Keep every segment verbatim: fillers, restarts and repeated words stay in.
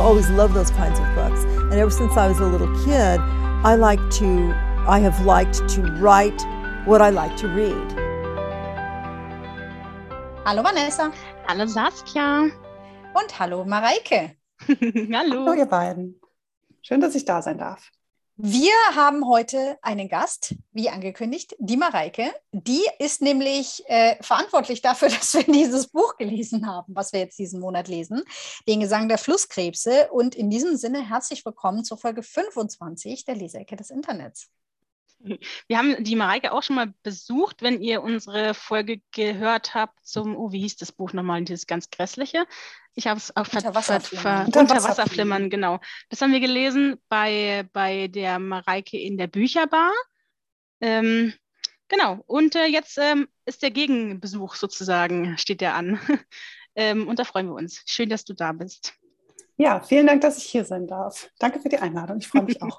always loved those kinds of books. And ever since I was a little kid, I like to, I have liked to write what I like to read. Hallo Vanessa. Hallo Saskia. Und hallo Mareike. Hallo. Hallo ihr beiden. Schön, dass ich da sein darf. Wir haben heute einen Gast, wie angekündigt, die Mareike. Die ist nämlich äh, verantwortlich dafür, dass wir dieses Buch gelesen haben, was wir jetzt diesen Monat lesen, Den Gesang der Flusskrebse. Und in diesem Sinne herzlich willkommen zur Folge fünfundzwanzig der Leseecke des Internets. Wir haben die Mareike auch schon mal besucht, wenn ihr unsere Folge gehört habt zum, oh, wie hieß das Buch nochmal, dieses ganz Grässliche? Ich habe es auch Unterwasserflimmern. Unterwasserflimmern, genau. Das haben wir gelesen bei, bei der Mareike in der Bücherbar. Ähm, genau, und äh, jetzt ähm, ist der Gegenbesuch sozusagen, steht der an. ähm, und da freuen wir uns. Schön, dass du da bist. Ja, vielen Dank, dass ich hier sein darf. Danke für die Einladung, ich freue mich auch.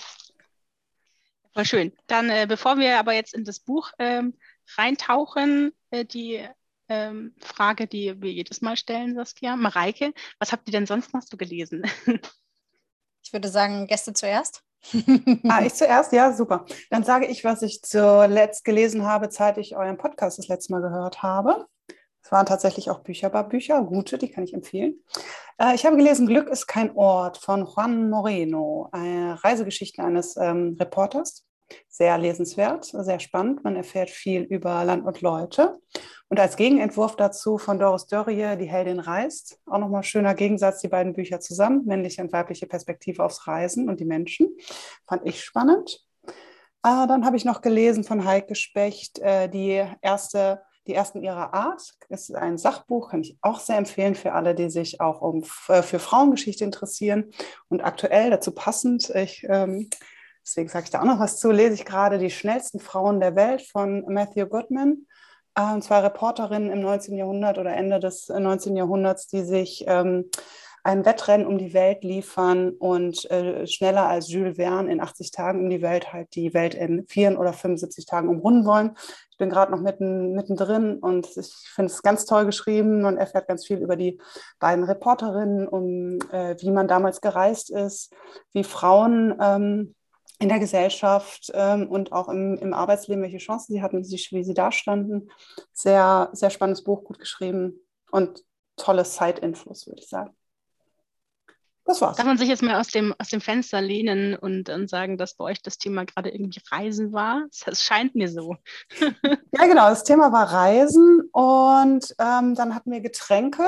Voll schön. Dann, äh, bevor wir aber jetzt in das Buch ähm, reintauchen, äh, die ähm, Frage, die wir jedes Mal stellen, Saskia. Mareike, was habt ihr denn sonst noch so gelesen? Ich würde sagen, Gäste zuerst. Ah, ich zuerst? Ja, super. Dann sage ich, was ich zuletzt gelesen habe, seit ich euren Podcast das letzte Mal gehört habe. Es waren tatsächlich auch Bücherbar-Bücher, gute, die kann ich empfehlen. Äh, ich habe gelesen Glück ist kein Ort von Juan Moreno, eine Reisegeschichte eines ähm, Reporters. Sehr lesenswert, sehr spannend. Man erfährt viel über Land und Leute. Und als Gegenentwurf dazu von Doris Dörrie, Die Heldin reist. Auch nochmal ein schöner Gegensatz, die beiden Bücher zusammen. Männliche und weibliche Perspektive aufs Reisen und die Menschen. Fand ich spannend. Äh, dann habe ich noch gelesen von Heike Specht, äh, die erste... Die ersten ihrer Art. Das ist ein Sachbuch, kann ich auch sehr empfehlen für alle, die sich auch um, für Frauengeschichte interessieren. Und aktuell dazu passend, ich, ähm, deswegen sage ich da auch noch was zu, lese ich gerade Die schnellsten Frauen der Welt von Matthew Goodman. Äh, zwei Reporterinnen im neunzehnten Jahrhundert oder Ende des neunzehnten Jahrhunderts, die sich ähm, ein Wettrennen um die Welt liefern und äh, schneller als Jules Verne in achtzig Tagen um die Welt halt die Welt in vier oder fünfundsiebzig Tagen umrunden wollen. Ich bin gerade noch mitten, mittendrin und ich finde es ganz toll geschrieben. Man erfährt ganz viel über die beiden Reporterinnen, um äh, wie man damals gereist ist, wie Frauen ähm, in der Gesellschaft ähm, und auch im, im Arbeitsleben, welche Chancen sie hatten, wie sie, wie sie dastanden. Sehr, sehr spannendes Buch, gut geschrieben und tolle Side-Infos, würde ich sagen. Das war's. Darf man sich jetzt mal aus dem, aus dem Fenster lehnen und, und sagen, dass bei euch das Thema gerade irgendwie Reisen war? Es scheint mir so. Ja, genau. Das Thema war Reisen und ähm, dann hatten wir Getränke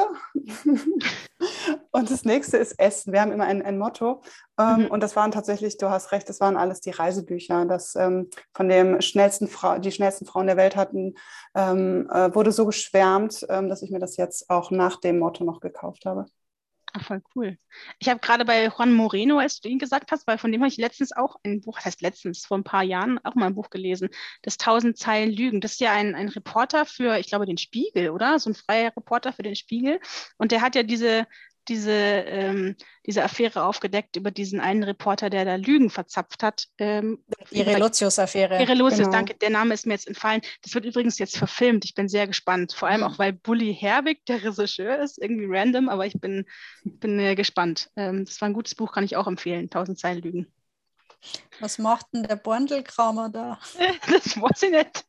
und das nächste ist Essen. Wir haben immer ein, ein Motto ähm, mhm. und das waren tatsächlich, du hast recht, das waren alles die Reisebücher. Das ähm, von dem schnellsten Frau, die schnellsten Frauen der Welt hatten, ähm, äh, wurde so geschwärmt, ähm, dass ich mir das jetzt auch nach dem Motto noch gekauft habe. Ach, voll cool. Ich habe gerade bei Juan Moreno, als du ihn gesagt hast, weil von dem habe ich letztens auch ein Buch, das heißt letztens, vor ein paar Jahren auch mal ein Buch gelesen, das tausend Zeilen Lügen. Das ist ja ein, ein Reporter für, ich glaube, den Spiegel, oder? So ein freier Reporter für den Spiegel. Und der hat ja diese, diese, ähm, diese Affäre aufgedeckt über diesen einen Reporter, der da Lügen verzapft hat. Ähm, die Relotius-Affäre. Die Relotius, Genau. danke. Der Name ist mir jetzt entfallen. Das wird übrigens jetzt verfilmt. Ich bin sehr gespannt. Vor allem auch, weil Bully Herbig der Regisseur ist. Irgendwie random, aber ich bin, bin äh, gespannt. Ähm, das war ein gutes Buch, kann ich auch empfehlen. Tausend Zeilen Lügen. Was macht denn der Borndelkramer da? Das weiß ich nicht.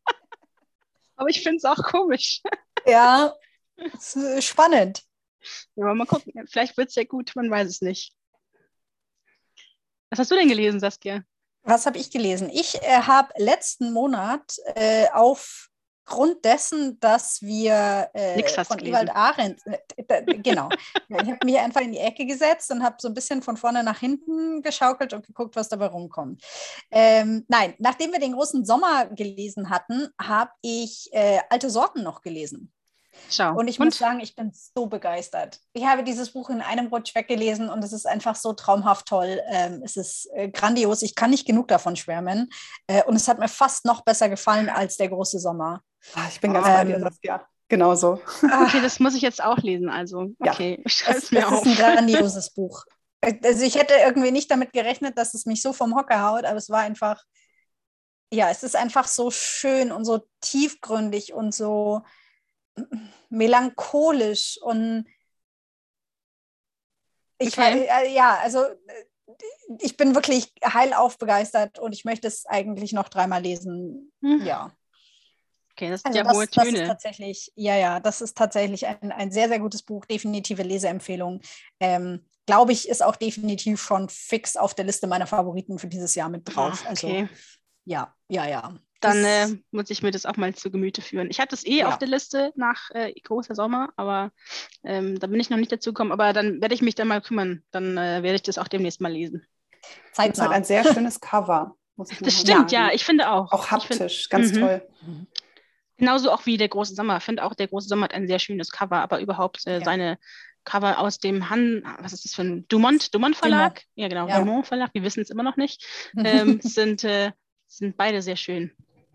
Aber ich finde es auch komisch. Ja, ist spannend. Ja, mal gucken. Vielleicht wird es ja gut, man weiß es nicht. Was hast du denn gelesen, Saskia? Was habe ich gelesen? Ich äh, habe letzten Monat äh, aufgrund dessen, dass wir äh, von Ewald Arendt, äh, genau, ja, ich habe mich einfach in die Ecke gesetzt und habe so ein bisschen von vorne nach hinten geschaukelt und geguckt, was dabei rumkommt. Ähm, nein, nachdem wir den großen Sommer gelesen hatten, habe ich äh, Alte Sorten noch gelesen. Schau. Und ich und? muss sagen, ich bin so begeistert. Ich habe dieses Buch in einem Rutsch weggelesen und es ist einfach so traumhaft toll. Ähm, es ist äh, grandios. Ich kann nicht genug davon schwärmen. Äh, und es hat mir fast noch besser gefallen als der große Sommer. Ah, ich bin ganz ähm, bei dir, Saskia. Genauso. Okay, das muss ich jetzt auch lesen. Also, okay, ja. ich schreibe es, es mir es auf. Es ist ein grandioses Buch. Also ich hätte irgendwie nicht damit gerechnet, dass es mich so vom Hocker haut, aber es war einfach, ja, es ist einfach so schön und so tiefgründig und so melancholisch und Ich okay. war, äh, ja, also ich bin wirklich heilauf begeistert und ich möchte es eigentlich noch dreimal lesen. Hm. Ja. Okay, das sind also ja das, hohe das Töne. ist tatsächlich, ja, ja, das ist tatsächlich ein, ein sehr, sehr gutes Buch, definitive Leseempfehlung. Ähm, Glaube ich, ist auch definitiv schon fix auf der Liste meiner Favoriten für dieses Jahr mit drauf. Ah, okay. Also ja, ja, ja. Dann äh, muss ich mir das auch mal zu Gemüte führen. Ich hatte es eh ja. auf der Liste nach äh, großer Sommer, aber ähm, da bin ich noch nicht dazu gekommen. Aber dann werde ich mich dann mal kümmern. Dann äh, werde ich das auch demnächst mal lesen. Zeitnah. Es hat ein sehr schönes Cover, muss ich mal Das sagen. stimmt, ja, ich finde auch. Auch haptisch, find, ganz mhm. toll. Genauso auch wie der große Sommer. Ich finde auch, der große Sommer hat ein sehr schönes Cover, aber überhaupt äh, ja. seine Cover aus dem Han, was ist das für ein Dumont, Dumont Verlag? Dumont. Ja, genau, ja. Dumont Verlag, wir wissen es immer noch nicht. ähm, sind, äh, sind beide sehr schön.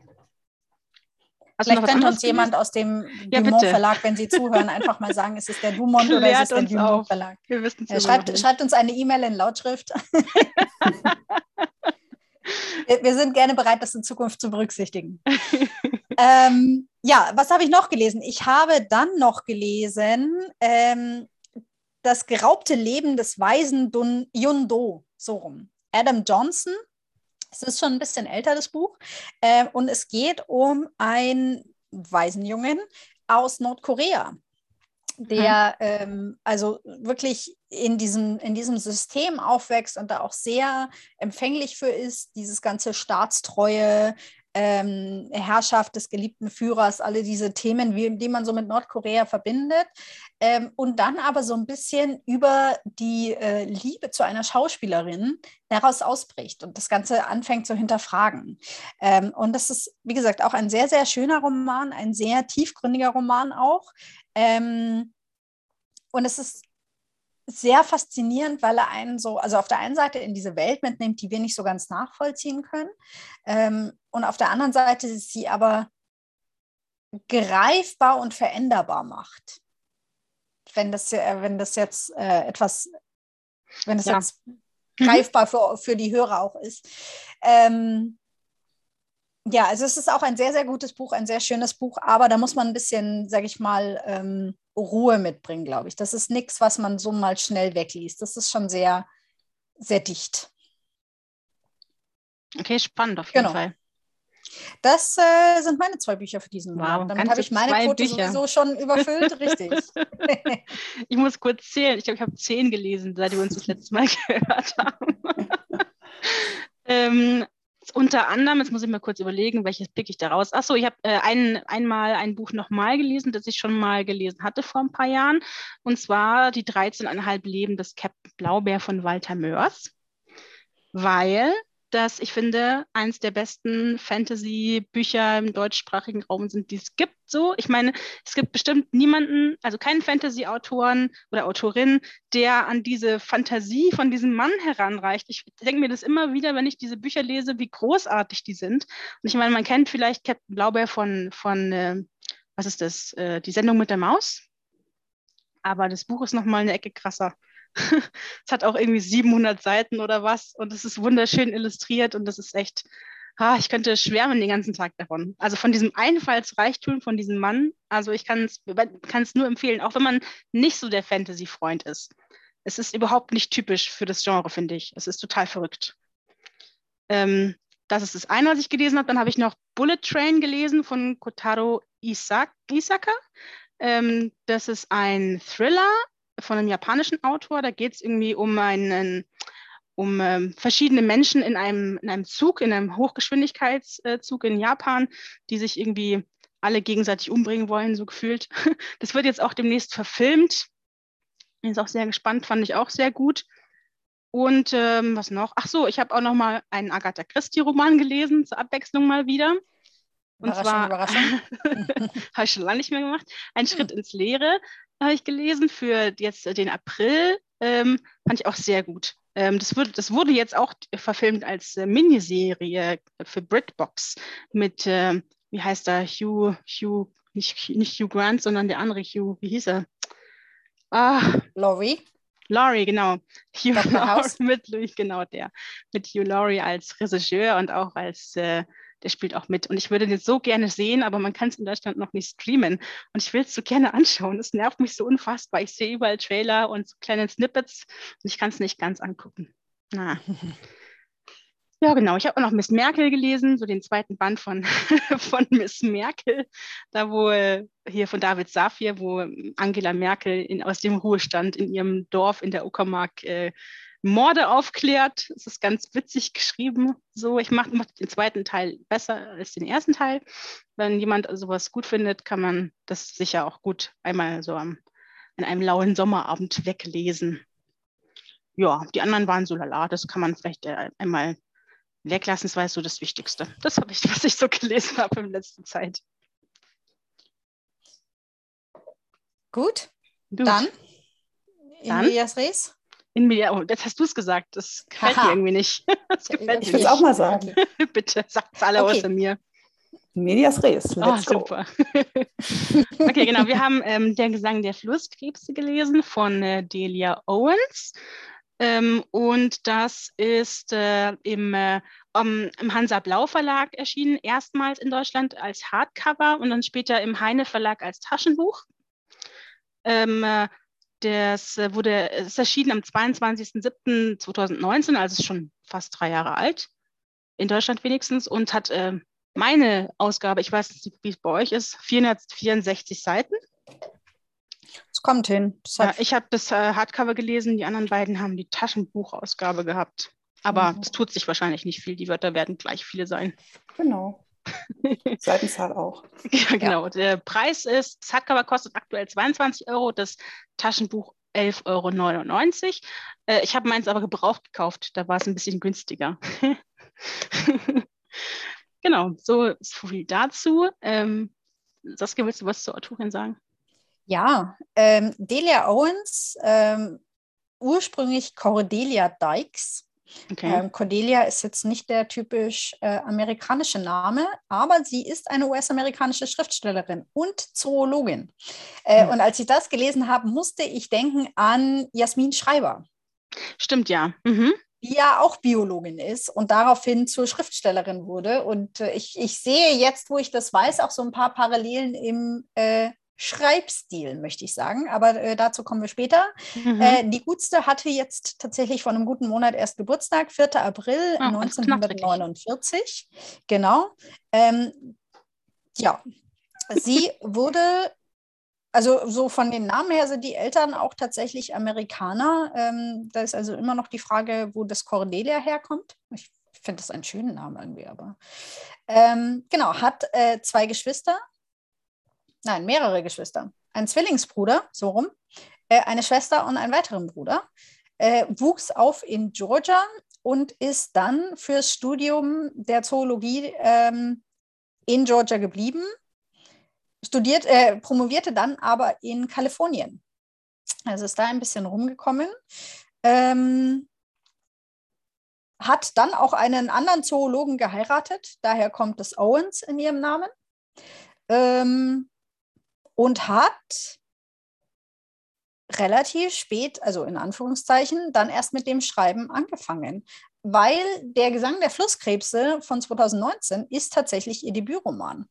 Hast Vielleicht könnte uns gelesen? Jemand aus dem ja, Dumont bitte. Verlag, wenn Sie zuhören, einfach mal sagen, ist es der Dumont oder ist es der Dumont auf. Verlag? Wir wissen es schreibt, schreibt uns eine E-Mail in Lautschrift. wir, wir sind gerne bereit, das in Zukunft zu berücksichtigen. ähm, ja, was habe ich noch gelesen? Ich habe dann noch gelesen ähm, Das geraubte Leben des weisen Dun Yun Do, so rum. Adam Johnson. Es ist schon ein bisschen älter, das Buch. Äh, und es geht um einen Waisenjungen aus Nordkorea, der mhm. ähm, also wirklich in diesem, in diesem System aufwächst und da auch sehr empfänglich für ist, dieses ganze Staatstreue, ähm, Herrschaft des geliebten Führers, alle diese Themen, wie, die man so mit Nordkorea verbindet. Ähm, und dann aber so ein bisschen über die äh, Liebe zu einer Schauspielerin daraus ausbricht und das Ganze anfängt zu hinterfragen. Ähm, und das ist, wie gesagt, auch ein sehr, sehr schöner Roman, ein sehr tiefgründiger Roman auch. Ähm, und es ist sehr faszinierend, weil er einen so, also auf der einen Seite in diese Welt mitnimmt, die wir nicht so ganz nachvollziehen können. Ähm, und auf der anderen Seite sie aber greifbar und veränderbar macht. Wenn das, wenn das jetzt äh, etwas, wenn das ja. jetzt greifbar für, für die Hörer auch ist. Ähm, ja, also es ist auch ein sehr, sehr gutes Buch, ein sehr schönes Buch, aber da muss man ein bisschen, sage ich mal, ähm, Ruhe mitbringen, glaube ich. Das ist nichts, was man so mal schnell wegliest. Das ist schon sehr, sehr dicht. Okay, spannend auf jeden genau. Fall. Das äh, sind meine zwei Bücher für diesen Monat. Wow, damit habe ich meine Quote Bücher. sowieso schon überfüllt, richtig. Ich muss kurz zählen. Ich glaube, ich habe zehn gelesen, seit wir uns das letzte Mal gehört haben. ähm, unter anderem, jetzt muss ich mal kurz überlegen, welches pick ich da raus. Achso, ich habe äh, ein, einmal ein Buch nochmal gelesen, das ich schon mal gelesen hatte vor ein paar Jahren. Und zwar die dreizehn Komma fünf Leben des Captain Blaubeer von Walter Mörs. Weil das, ich finde, eines der besten Fantasy-Bücher im deutschsprachigen Raum sind, die es gibt. So, ich meine, es gibt bestimmt niemanden, also keinen Fantasy-Autoren oder Autorin, der an diese Fantasie von diesem Mann heranreicht. Ich denke mir das immer wieder, wenn ich diese Bücher lese, wie großartig die sind. Und ich meine, man kennt vielleicht Captain Blaubeer von, von äh, was ist das, äh, die Sendung mit der Maus. Aber das Buch ist nochmal eine Ecke krasser. Es hat auch irgendwie siebenhundert Seiten oder was und es ist wunderschön illustriert und das ist echt, ah, ich könnte schwärmen den ganzen Tag davon. Also von diesem Einfallsreichtum von diesem Mann, also ich kann es nur empfehlen, auch wenn man nicht so der Fantasy-Freund ist. Es ist überhaupt nicht typisch für das Genre, finde ich. Es ist total verrückt. Ähm, das ist das eine, was ich gelesen habe. Dann habe ich noch Bullet Train gelesen von Kotaro Isaka. Ähm, das ist ein Thriller von einem japanischen Autor. Da geht es irgendwie um einen, um ähm, verschiedene Menschen in einem, in einem Zug, in einem Hochgeschwindigkeitszug in Japan, die sich irgendwie alle gegenseitig umbringen wollen, so gefühlt. Das wird jetzt auch demnächst verfilmt. Bin jetzt auch sehr gespannt, fand ich auch sehr gut. Und ähm, was noch? Ach so, ich habe auch noch mal einen Agatha Christie-Roman gelesen, zur Abwechslung mal wieder. Und zwar, Überraschung. habe ich schon lange nicht mehr gemacht, Ein Schritt ins Leere habe ich gelesen für jetzt den April, ähm, fand ich auch sehr gut. Ähm, das, wurde, das wurde jetzt auch verfilmt als äh, Miniserie für BritBox mit, äh, wie heißt er, Hugh, Hugh nicht, nicht Hugh Grant, sondern der andere Hugh, wie hieß er? Ah, Laurie. Laurie, genau. Hugh Laurie mit Louis, genau der. Mit Hugh Laurie als Regisseur und auch als äh, der spielt auch mit. Und ich würde den so gerne sehen, aber man kann es in Deutschland noch nicht streamen. Und ich will es so gerne anschauen. Das nervt mich so unfassbar. Ich sehe überall Trailer und so kleine Snippets und ich kann es nicht ganz angucken. Na. Ja, genau. Ich habe auch noch Miss Merkel gelesen, so den zweiten Band von, von Miss Merkel, da wo hier von David Safir, wo Angela Merkel in, aus dem Ruhestand in ihrem Dorf in der Uckermark äh, Morde aufklärt. Es ist ganz witzig geschrieben. So, ich mache mach den zweiten Teil besser als den ersten Teil. Wenn jemand sowas gut findet, kann man das sicher auch gut einmal so am, an einem lauen Sommerabend weglesen. Ja, die anderen waren so lala. Das kann man vielleicht äh, einmal weglassen. Das war so das Wichtigste. Das habe ich, was ich so gelesen habe in letzter Zeit. Gut, Gut. dann in Dann? medias res. In Media, oh, das hast du es gesagt. Das gefällt Haha. mir irgendwie nicht. Das gefällt Ich mir will es auch mal sagen. nicht. Bitte, sagt es alle Okay. außer mir. Medias res. Oh, Let's go. super. Okay, genau. Wir haben ähm, Der Gesang der Flusskrebse gelesen von äh, Delia Owens. Ähm, und das ist äh, im, äh, um, im Hansa Blau Verlag erschienen, erstmals in Deutschland als Hardcover und dann später im Heine Verlag als Taschenbuch. Ähm, äh, das äh, wurde, es ist erschienen am zweiundzwanzigsten siebten zweitausendneunzehn, also ist schon fast drei Jahre alt, in Deutschland wenigstens, und hat äh, meine Ausgabe, ich weiß nicht, wie es bei euch ist, vierhundertvierundsechzig Seiten. Es kommt hin. Das Ja, hat ich habe das äh, Hardcover gelesen, die anderen beiden haben die Taschenbuchausgabe gehabt. Aber Mhm. es tut sich wahrscheinlich nicht viel, die Wörter werden gleich viele sein. Genau. Seitenzahl auch. Ja, genau. Der Preis ist, das Hardcover kostet aktuell zweiundzwanzig Euro, das Taschenbuch elf Euro neunundneunzig. Äh, ich habe meins aber gebraucht gekauft, da war es ein bisschen günstiger. Genau, so ist viel dazu. Ähm, Saskia, willst du was zur Autorin sagen? Ja, ähm, Delia Owens, ähm, ursprünglich Cordelia Dykes. Okay. Ähm, Cordelia ist jetzt nicht der typisch äh, amerikanische Name, aber sie ist eine U S-amerikanische Schriftstellerin und Zoologin. Äh, Hm. Und als ich das gelesen habe, musste ich denken an Jasmin Schreiber, Stimmt, ja. Mhm. die ja auch Biologin ist und daraufhin zur Schriftstellerin wurde. Und äh, ich, ich sehe jetzt, wo ich das weiß, auch so ein paar Parallelen im äh, Schreibstil, möchte ich sagen. Aber äh, dazu kommen wir später. Mhm. Äh, die Gutste hatte jetzt tatsächlich vor einem guten Monat erst Geburtstag, vierter April Oh, also neunzehnhundertneunundvierzig. Genau. Ähm, ja, sie wurde, also so von den Namen her sind die Eltern auch tatsächlich Amerikaner. Ähm, da ist also immer noch die Frage, wo das Cordelia herkommt. Ich finde das einen schönen Namen irgendwie, aber ähm, genau, hat äh, zwei Geschwister. Nein, mehrere Geschwister. Ein Zwillingsbruder, so rum, äh, eine Schwester und einen weiteren Bruder. Äh, wuchs auf in Georgia und ist dann fürs Studium der Zoologie ähm, in Georgia geblieben. Studiert, äh, promovierte dann aber in Kalifornien. Also ist da ein bisschen rumgekommen. Ähm, hat dann auch einen anderen Zoologen geheiratet. Daher kommt das Owens in ihrem Namen. Ähm, Und hat relativ spät, also in Anführungszeichen, dann erst mit dem Schreiben angefangen. Weil Der Gesang der Flusskrebse von zweitausendneunzehn ist tatsächlich ihr Debütroman.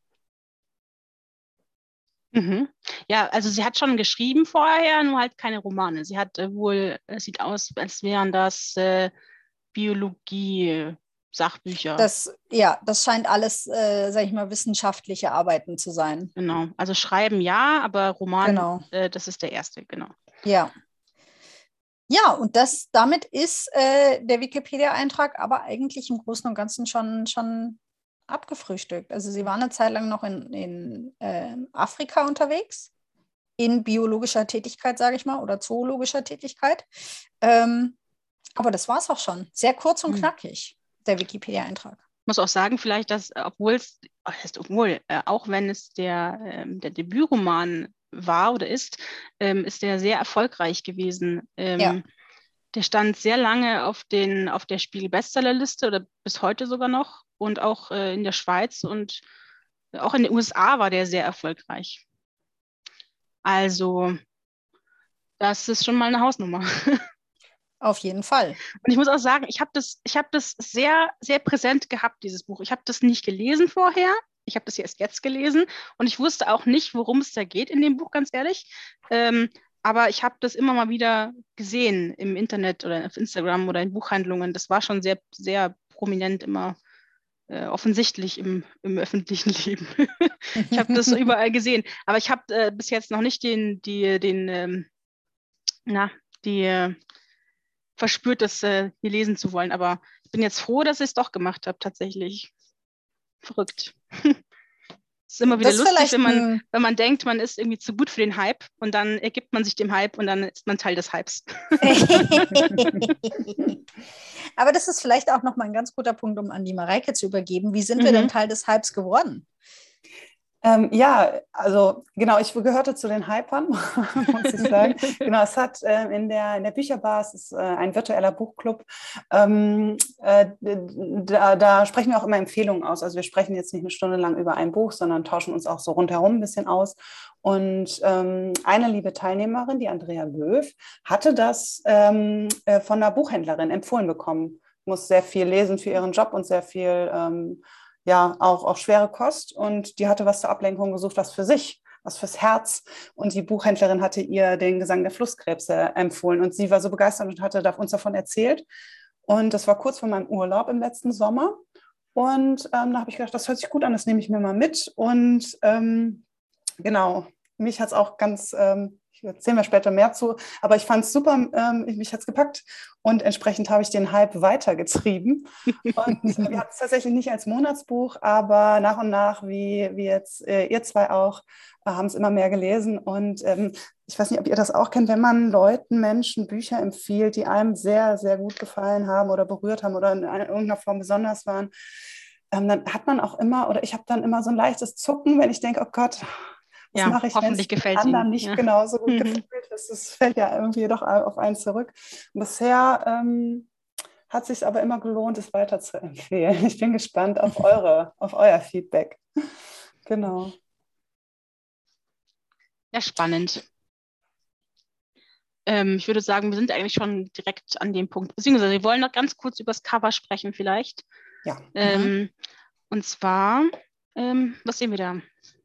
Mhm. Ja, also sie hat schon geschrieben vorher, nur halt keine Romane. Sie hat äh, wohl, es sieht aus, als wären das äh, Biologie-Sachbücher. Das, ja, das scheint alles, äh, sag ich mal, wissenschaftliche Arbeiten zu sein. Genau, also schreiben ja, aber Roman, Genau. äh, das ist der erste, genau. Ja. Ja, und das, damit ist äh, der Wikipedia-Eintrag aber eigentlich im Großen und Ganzen schon, schon abgefrühstückt. Also sie war eine Zeit lang noch in, in äh, Afrika unterwegs, in biologischer Tätigkeit, sage ich mal, oder zoologischer Tätigkeit. Ähm, aber das war es auch schon. Sehr kurz und Hm. knackig, der Wikipedia-Eintrag. Ich muss auch sagen, vielleicht, dass, obwohl es, heißt obwohl, äh, auch wenn es der, ähm, der Debütroman war oder ist, ähm, ist der sehr erfolgreich gewesen. Ähm, Ja. Der stand sehr lange auf, den, auf der Spiegel-Bestsellerliste oder bis heute sogar noch und auch äh, in der Schweiz und auch in den U S A war der sehr erfolgreich. Also, das ist schon mal eine Hausnummer. Auf jeden Fall. Und ich muss auch sagen, ich habe das, ich hab das sehr, sehr präsent gehabt, dieses Buch. Ich habe das nicht gelesen vorher. Ich habe das erst jetzt gelesen und ich wusste auch nicht, worum es da geht in dem Buch, ganz ehrlich. Ähm, aber ich habe das immer mal wieder gesehen im Internet oder auf Instagram oder in Buchhandlungen. Das war schon sehr, sehr prominent immer äh, offensichtlich im, im öffentlichen Leben. Ich habe das überall gesehen. Aber ich habe äh, bis jetzt noch nicht den, die, den, ähm, na, die äh, verspürt, das äh, hier lesen zu wollen. Aber ich bin jetzt froh, dass ich es doch gemacht habe, tatsächlich. Verrückt. Es ist immer wieder das lustig, wenn man, wenn man denkt, man ist irgendwie zu gut für den Hype und dann ergibt man sich dem Hype und dann ist man Teil des Hypes. Aber das ist vielleicht auch nochmal ein ganz guter Punkt, um an die Mareike zu übergeben. Wie sind mhm. wir denn Teil des Hypes geworden? Ähm, ja, also genau, ich gehörte zu den Hypern, muss ich sagen. Genau, es hat äh, in, der, in der Bücherbar, es ist äh, ein virtueller Buchclub, ähm, äh, da, da sprechen wir auch immer Empfehlungen aus. Also wir sprechen jetzt nicht eine Stunde lang über ein Buch, sondern tauschen uns auch so rundherum ein bisschen aus. Und ähm, eine liebe Teilnehmerin, die Andrea Löw, hatte das ähm, äh, von einer Buchhändlerin empfohlen bekommen. Muss sehr viel lesen für ihren Job und sehr viel ähm, ja, auch, auch schwere Kost, und die hatte was zur Ablenkung gesucht, was für sich, was fürs Herz, und die Buchhändlerin hatte ihr den Gesang der Flusskrebse empfohlen und sie war so begeistert und hatte uns davon erzählt, und das war kurz vor meinem Urlaub im letzten Sommer, und ähm, da habe ich gedacht, das hört sich gut an, das nehme ich mir mal mit, und ähm, genau, mich hat es auch ganz, ähm, erzählen wir später mehr zu, aber ich fand es super, ähm, mich hat es gepackt und entsprechend habe ich den Hype weitergetrieben. Und wir hatten es tatsächlich nicht als Monatsbuch, aber nach und nach, wie, wie jetzt äh, ihr zwei auch, äh, haben es immer mehr gelesen. Und ähm, ich weiß nicht, ob ihr das auch kennt, wenn man Leuten, Menschen Bücher empfiehlt, die einem sehr, sehr gut gefallen haben oder berührt haben oder in irgendeiner Form besonders waren, ähm, dann hat man auch immer, oder ich habe dann immer so ein leichtes Zucken, wenn ich denke, oh Gott, was ja, mache ich, wenn es gefällt anderen ihm. nicht ja. genauso gut mhm. gefällt. Das, das fällt ja irgendwie doch auf einen zurück. Und bisher ähm, hat es sich aber immer gelohnt, es weiter zu empfehlen. Ich bin gespannt auf, eure, auf euer Feedback. Genau. Ja, spannend. Ähm, ich würde sagen, wir sind eigentlich schon direkt an dem Punkt. Beziehungsweise wir wollen noch ganz kurz über das Cover sprechen vielleicht. Ja. Ähm, mhm. Und zwar, ähm, was sehen wir da?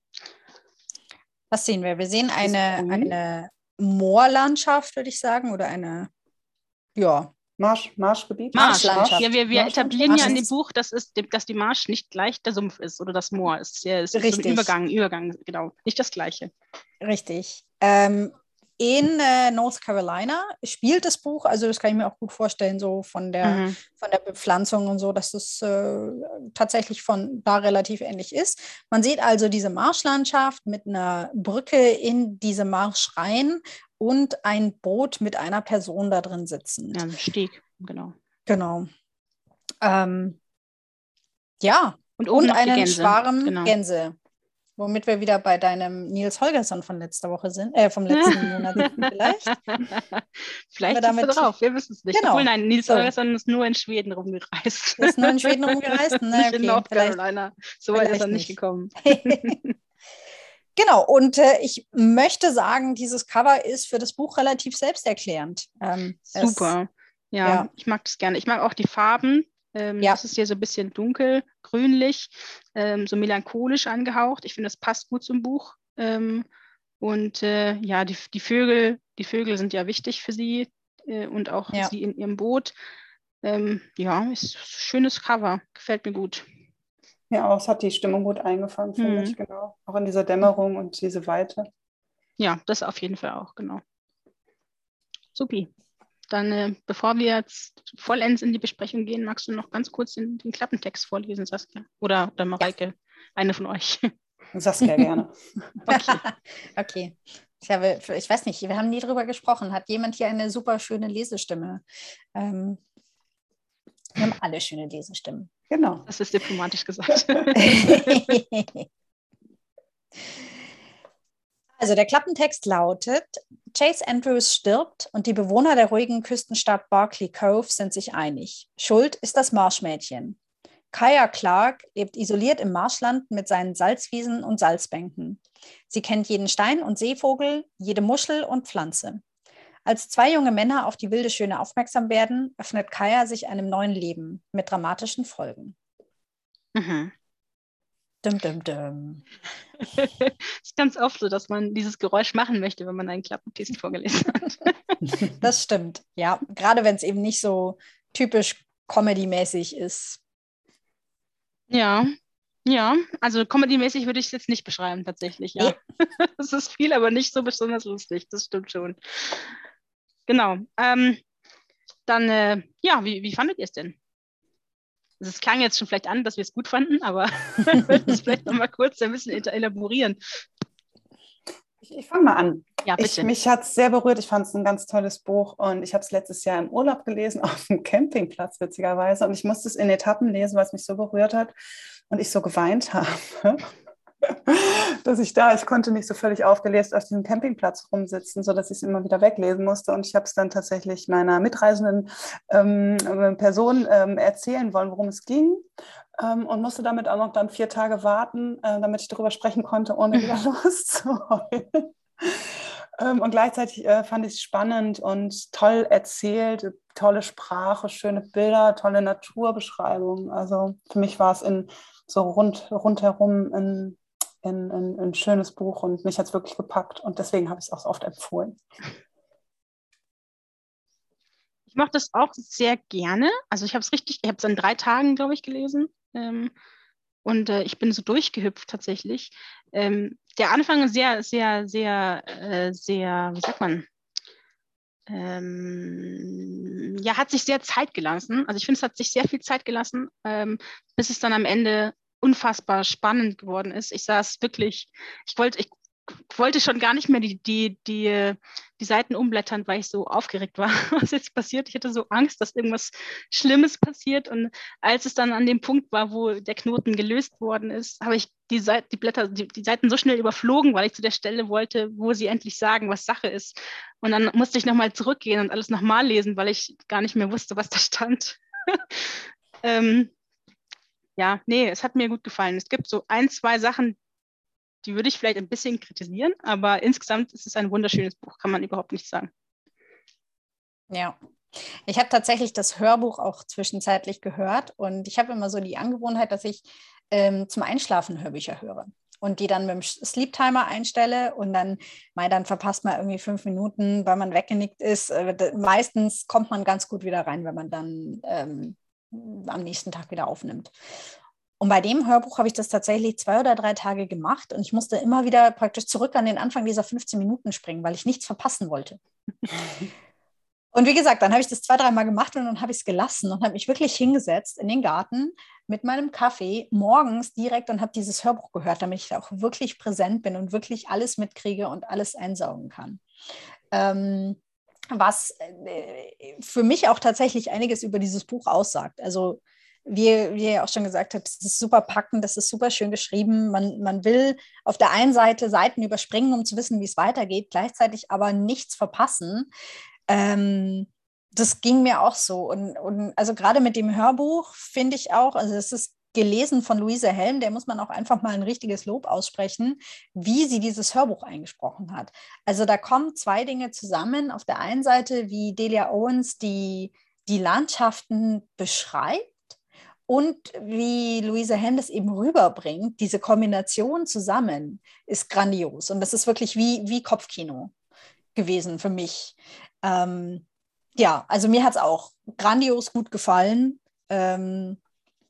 Was sehen wir? Wir sehen eine, eine Moorlandschaft, würde ich sagen, oder eine, ja. Marsch, Marschgebiet? Marsch. Marschlandschaft. Ja, wir, wir Marsch etablieren Marsch ja in dem Buch, dass, es, dass die Marsch nicht gleich der Sumpf ist oder das Moor. Es ist, ja, es ist so ein Übergang, Übergang, genau. Nicht das Gleiche. Richtig. Ähm, in äh, North Carolina spielt das Buch, also das kann ich mir auch gut vorstellen, so von der, mhm. von der Bepflanzung und so, dass das äh, tatsächlich von da relativ ähnlich ist. Man sieht also diese Marschlandschaft mit einer Brücke in diese Marsch rein und ein Boot mit einer Person da drin sitzen. Ja, ein Steg, genau. Genau. Ähm, ja, und, oben und einen Gänse. Schwarm genau. Gänse. Womit wir wieder bei deinem Nils Holgersson von letzter Woche sind, äh, vom letzten Monat vielleicht. Vielleicht ist er drauf, wir wissen es nicht. Genau. Obwohl, nein, Nils so. Holgersson ist nur in Schweden rumgereist. Ist nur in Schweden rumgereist? Na, nicht okay. in North Carolina. So weit ist er nicht gekommen. Genau, und äh, ich möchte sagen, dieses Cover ist für das Buch relativ selbsterklärend. Ähm, Super, es, ja, ja, ich mag das gerne. Ich mag auch die Farben. Ähm, ja. Das ist hier so ein bisschen dunkel, grünlich, ähm, so melancholisch angehaucht. Ich finde, das passt gut zum Buch. Ähm, und äh, ja, die, die Vögel, die Vögel sind ja wichtig für sie äh, und auch ja. sie in ihrem Boot. Ähm, ja, ist ein schönes Cover, gefällt mir gut. Ja, auch es hat die Stimmung gut eingefangen, finde hm. ich, genau. Auch in dieser Dämmerung und diese Weite. Ja, das auf jeden Fall auch, genau. Supi. Dann, äh, bevor wir jetzt vollends in die Besprechung gehen, magst du noch ganz kurz den, den Klappentext vorlesen, Saskia? Oder, oder Mareike, ja. Eine von euch. Saskia gerne. Okay. okay. Ich, habe, ich weiß nicht, wir haben nie drüber gesprochen. Hat jemand hier eine super schöne Lesestimme? Ähm, wir haben alle schöne Lesestimmen. Genau. Das ist diplomatisch gesagt. Also der Klappentext lautet: Chase Andrews stirbt und die Bewohner der ruhigen Küstenstadt Barkley Cove sind sich einig. Schuld ist das Marschmädchen. Kaya Clark lebt isoliert im Marschland mit seinen Salzwiesen und Salzbänken. Sie kennt jeden Stein und Seevogel, jede Muschel und Pflanze. Als zwei junge Männer auf die wilde Schöne aufmerksam werden, öffnet Kaya sich einem neuen Leben mit dramatischen Folgen. Mhm. Dum, dum, dum. Es ist ganz oft so, dass man dieses Geräusch machen möchte, wenn man einen Klappentext vorgelesen hat. Das stimmt, ja. Gerade wenn es eben nicht so typisch Comedy-mäßig ist. Ja, ja. Also Comedy-mäßig würde ich es jetzt nicht beschreiben, tatsächlich, ja. Es ist viel, aber nicht so besonders lustig. Das stimmt schon. Genau. Ähm, dann, äh, ja, wie, wie fandet ihr es denn? Also es klang jetzt schon vielleicht an, dass wir es gut fanden, aber wir würden es vielleicht noch mal kurz ein bisschen elaborieren. Ich, ich fange mal an. Ja, bitte. Ich, mich hat es sehr berührt. Ich fand es ein ganz tolles Buch und ich habe es letztes Jahr im Urlaub gelesen, auf dem Campingplatz witzigerweise. Und ich musste es in Etappen lesen, weil es mich so berührt hat und ich so geweint habe, dass ich da, ich konnte nicht so völlig aufgelöst auf diesem Campingplatz rumsitzen, sodass ich es immer wieder weglesen musste. Und ich habe es dann tatsächlich meiner mitreisenden ähm, Person ähm, erzählen wollen, worum es ging. Ähm, und musste damit auch noch dann vier Tage warten, äh, damit ich darüber sprechen konnte, ohne wieder loszuheulen. ähm, und gleichzeitig äh, fand ich es spannend und toll erzählt, tolle Sprache, schöne Bilder, tolle Naturbeschreibungen. Also für mich war es in so rund, rundherum ein, ein, ein, ein schönes Buch und mich hat es wirklich gepackt und deswegen habe ich es auch so oft empfohlen. Ich mache das auch sehr gerne. Also ich habe es richtig, ich habe es in drei Tagen, glaube ich, gelesen. Ähm, und äh, ich bin so durchgehüpft tatsächlich. Ähm, der Anfang ist sehr, sehr, sehr, äh, sehr, wie sagt man, ähm, ja, hat sich sehr Zeit gelassen. Also ich finde, es hat sich sehr viel Zeit gelassen, ähm, bis es dann am Ende unfassbar spannend geworden ist. Ich saß wirklich, ich wollte, ich wollte schon gar nicht mehr die, die, die, die Seiten umblättern, weil ich so aufgeregt war, was jetzt passiert. Ich hatte so Angst, dass irgendwas Schlimmes passiert. Und als es dann an dem Punkt war, wo der Knoten gelöst worden ist, habe ich die, Seite, die Blätter, die, die Seiten so schnell überflogen, weil ich zu der Stelle wollte, wo sie endlich sagen, was Sache ist. Und dann musste ich nochmal zurückgehen und alles nochmal lesen, weil ich gar nicht mehr wusste, was da stand. ähm, ja, nee, es hat mir gut gefallen. Es gibt so ein, zwei Sachen, die würde ich vielleicht ein bisschen kritisieren, aber insgesamt ist es ein wunderschönes Buch, kann man überhaupt nicht sagen. Ja, ich habe tatsächlich das Hörbuch auch zwischenzeitlich gehört und ich habe immer so die Angewohnheit, dass ich ähm, zum Einschlafen Hörbücher höre und die dann mit dem Sleep Timer einstelle und dann, mei, dann verpasst man irgendwie fünf Minuten, weil man weggenickt ist. Äh, meistens kommt man ganz gut wieder rein, wenn man dann ähm, am nächsten Tag wieder aufnimmt. Und bei dem Hörbuch habe ich das tatsächlich zwei oder drei Tage gemacht und ich musste immer wieder praktisch zurück an den Anfang dieser fünfzehn Minuten springen, weil ich nichts verpassen wollte. Und wie gesagt, dann habe ich das zwei, dreimal gemacht und dann habe ich es gelassen und habe mich wirklich hingesetzt in den Garten mit meinem Kaffee morgens direkt und habe dieses Hörbuch gehört, damit ich da auch wirklich präsent bin und wirklich alles mitkriege und alles einsaugen kann. Ähm, was äh, für mich auch tatsächlich einiges über dieses Buch aussagt. Also Wie, wie ihr auch schon gesagt habt, es ist super packend, das ist super schön geschrieben. Man, man will auf der einen Seite Seiten überspringen, um zu wissen, wie es weitergeht, gleichzeitig aber nichts verpassen. Ähm, das ging mir auch so. Und, und also gerade mit dem Hörbuch finde ich auch, also es ist gelesen von Louise Helm, der muss man auch einfach mal ein richtiges Lob aussprechen, wie sie dieses Hörbuch eingesprochen hat. Also da kommen zwei Dinge zusammen. Auf der einen Seite, wie Delia Owens die, die Landschaften beschreibt, und wie Louise Helm das eben rüberbringt, diese Kombination zusammen ist grandios. Und das ist wirklich wie, wie Kopfkino gewesen für mich. Ähm, ja, also mir hat es auch grandios gut gefallen. Ähm,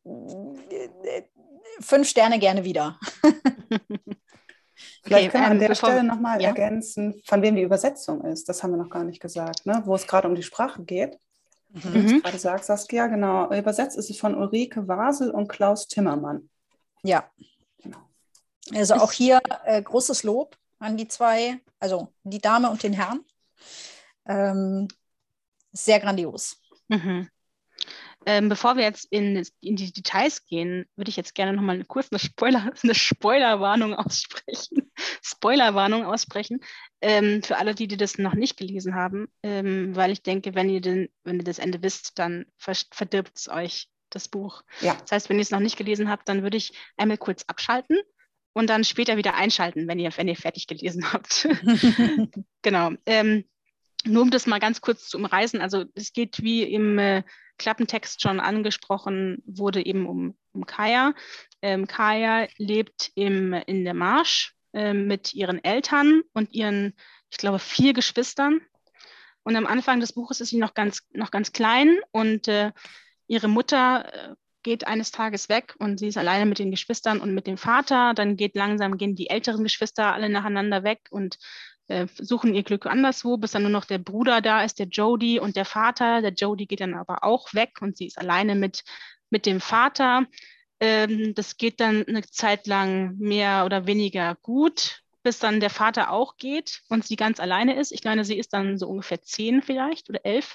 fünf Sterne gerne wieder. Vielleicht Okay, können wir an ähm, der bevor- Stelle nochmal ja. ergänzen, von wem die Übersetzung ist. Das haben wir noch gar nicht gesagt, ne? Wo es gerade um die Sprache geht. Mhm. Wie du gerade sagst, Saskia, genau. Übersetzt ist es von Ulrike Wasel und Klaus Timmermann. Ja. Genau. Also auch hier äh, großes Lob an die zwei, also die Dame und den Herrn. Ähm, sehr grandios. Mhm. Ähm, bevor wir jetzt in, in die Details gehen, würde ich jetzt gerne nochmal eine kurz eine, Spoiler, eine Spoilerwarnung aussprechen. Spoilerwarnung aussprechen ähm, für alle, die, die das noch nicht gelesen haben, ähm, weil ich denke, wenn ihr, den, wenn ihr das Ende wisst, dann verdirbt es euch das Buch. Ja. Das heißt, wenn ihr es noch nicht gelesen habt, dann würde ich einmal kurz abschalten und dann später wieder einschalten, wenn ihr, wenn ihr fertig gelesen habt. Genau. Ähm, nur um das mal ganz kurz zu umreißen, also es geht, wie im äh, Klappentext schon angesprochen wurde, eben um, um Kaya. Ähm, Kaya lebt im, in der Marsch äh, mit ihren Eltern und ihren, ich glaube, vier Geschwistern. Und am Anfang des Buches ist sie noch ganz, noch ganz klein und äh, ihre Mutter äh, geht eines Tages weg und sie ist alleine mit den Geschwistern und mit dem Vater. Dann geht langsam, gehen die älteren Geschwister alle nacheinander weg und äh, suchen ihr Glück anderswo, bis dann nur noch der Bruder da ist, der Jody, und der Vater. Der Jody geht dann aber auch weg und sie ist alleine mit, mit dem Vater. Ähm, das geht dann eine Zeit lang mehr oder weniger gut, bis dann der Vater auch geht und sie ganz alleine ist. Ich meine, sie ist dann so ungefähr zehn vielleicht oder elf.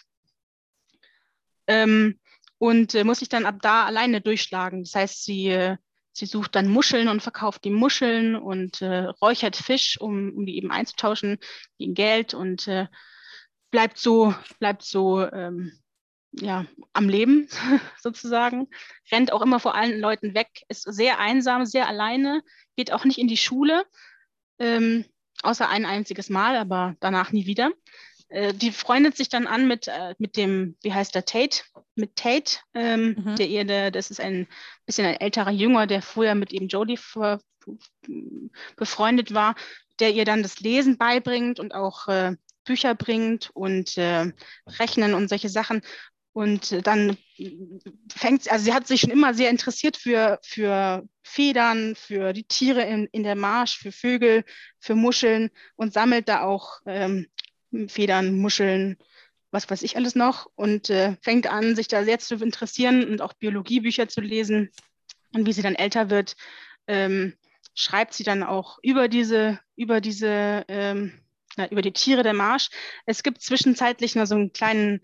Ähm, und äh, muss sich dann ab da alleine durchschlagen. Das heißt, sie, äh, sie sucht dann Muscheln und verkauft die Muscheln und äh, räuchert Fisch, um, um die eben einzutauschen gegen Geld, und äh, bleibt so, bleibt so ähm, ja, am Leben sozusagen. Rennt auch immer vor allen Leuten weg, ist sehr einsam, sehr alleine, geht auch nicht in die Schule, ähm, außer ein einziges Mal, aber danach nie wieder. Die freundet sich dann an mit, äh, mit dem, wie heißt der, Tate, mit Tate, ähm, mhm. der ihr, der, das ist ein bisschen ein älterer Jünger, der früher mit eben Jody ver, befreundet war, der ihr dann das Lesen beibringt und auch äh, Bücher bringt und äh, Rechnen und solche Sachen. Und äh, dann fängt, also sie hat sich schon immer sehr interessiert für, für Federn, für die Tiere in, in der Marsch, für Vögel, für Muscheln, und sammelt da auch ähm, Federn, Muscheln, was weiß ich alles noch, und äh, fängt an, sich da sehr zu interessieren und auch Biologiebücher zu lesen. Und wie sie dann älter wird, ähm, schreibt sie dann auch über diese, über diese, ähm, na, über die Tiere der Marsch. Es gibt zwischenzeitlich noch so einen kleinen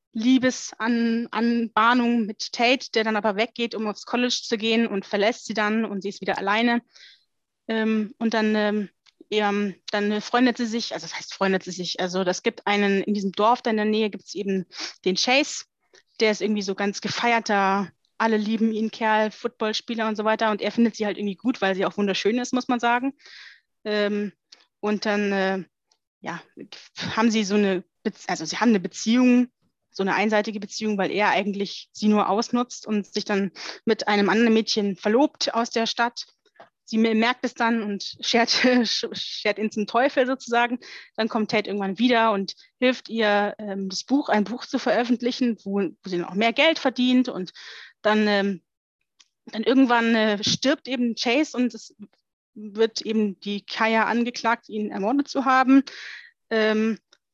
Liebesanbahnung mit Tate, der dann aber weggeht, um aufs College zu gehen, und verlässt sie dann und sie ist wieder alleine. Ähm, und dann ähm, Ähm, dann freundet sie sich, also das heißt freundet sie sich, also das gibt einen, in diesem Dorf da in der Nähe gibt es eben den Chase, der ist irgendwie so ganz gefeierter, alle lieben ihn, Kerl, Footballspieler und so weiter, und er findet sie halt irgendwie gut, weil sie auch wunderschön ist, muss man sagen. Ähm, und dann, äh, ja, haben sie so eine, Be- also sie haben eine Beziehung, so eine einseitige Beziehung, weil er eigentlich sie nur ausnutzt und sich dann mit einem anderen Mädchen verlobt aus der Stadt. Sie merkt es dann und schert, schert ihn zum Teufel sozusagen. Dann kommt Tate irgendwann wieder und hilft ihr, ähm, das Buch, ein Buch zu veröffentlichen, wo, wo sie dann auch mehr Geld verdient. Und dann, ähm, dann irgendwann äh, stirbt eben Chase, und es wird eben die Kaya angeklagt, ihn ermordet zu haben. Ähm,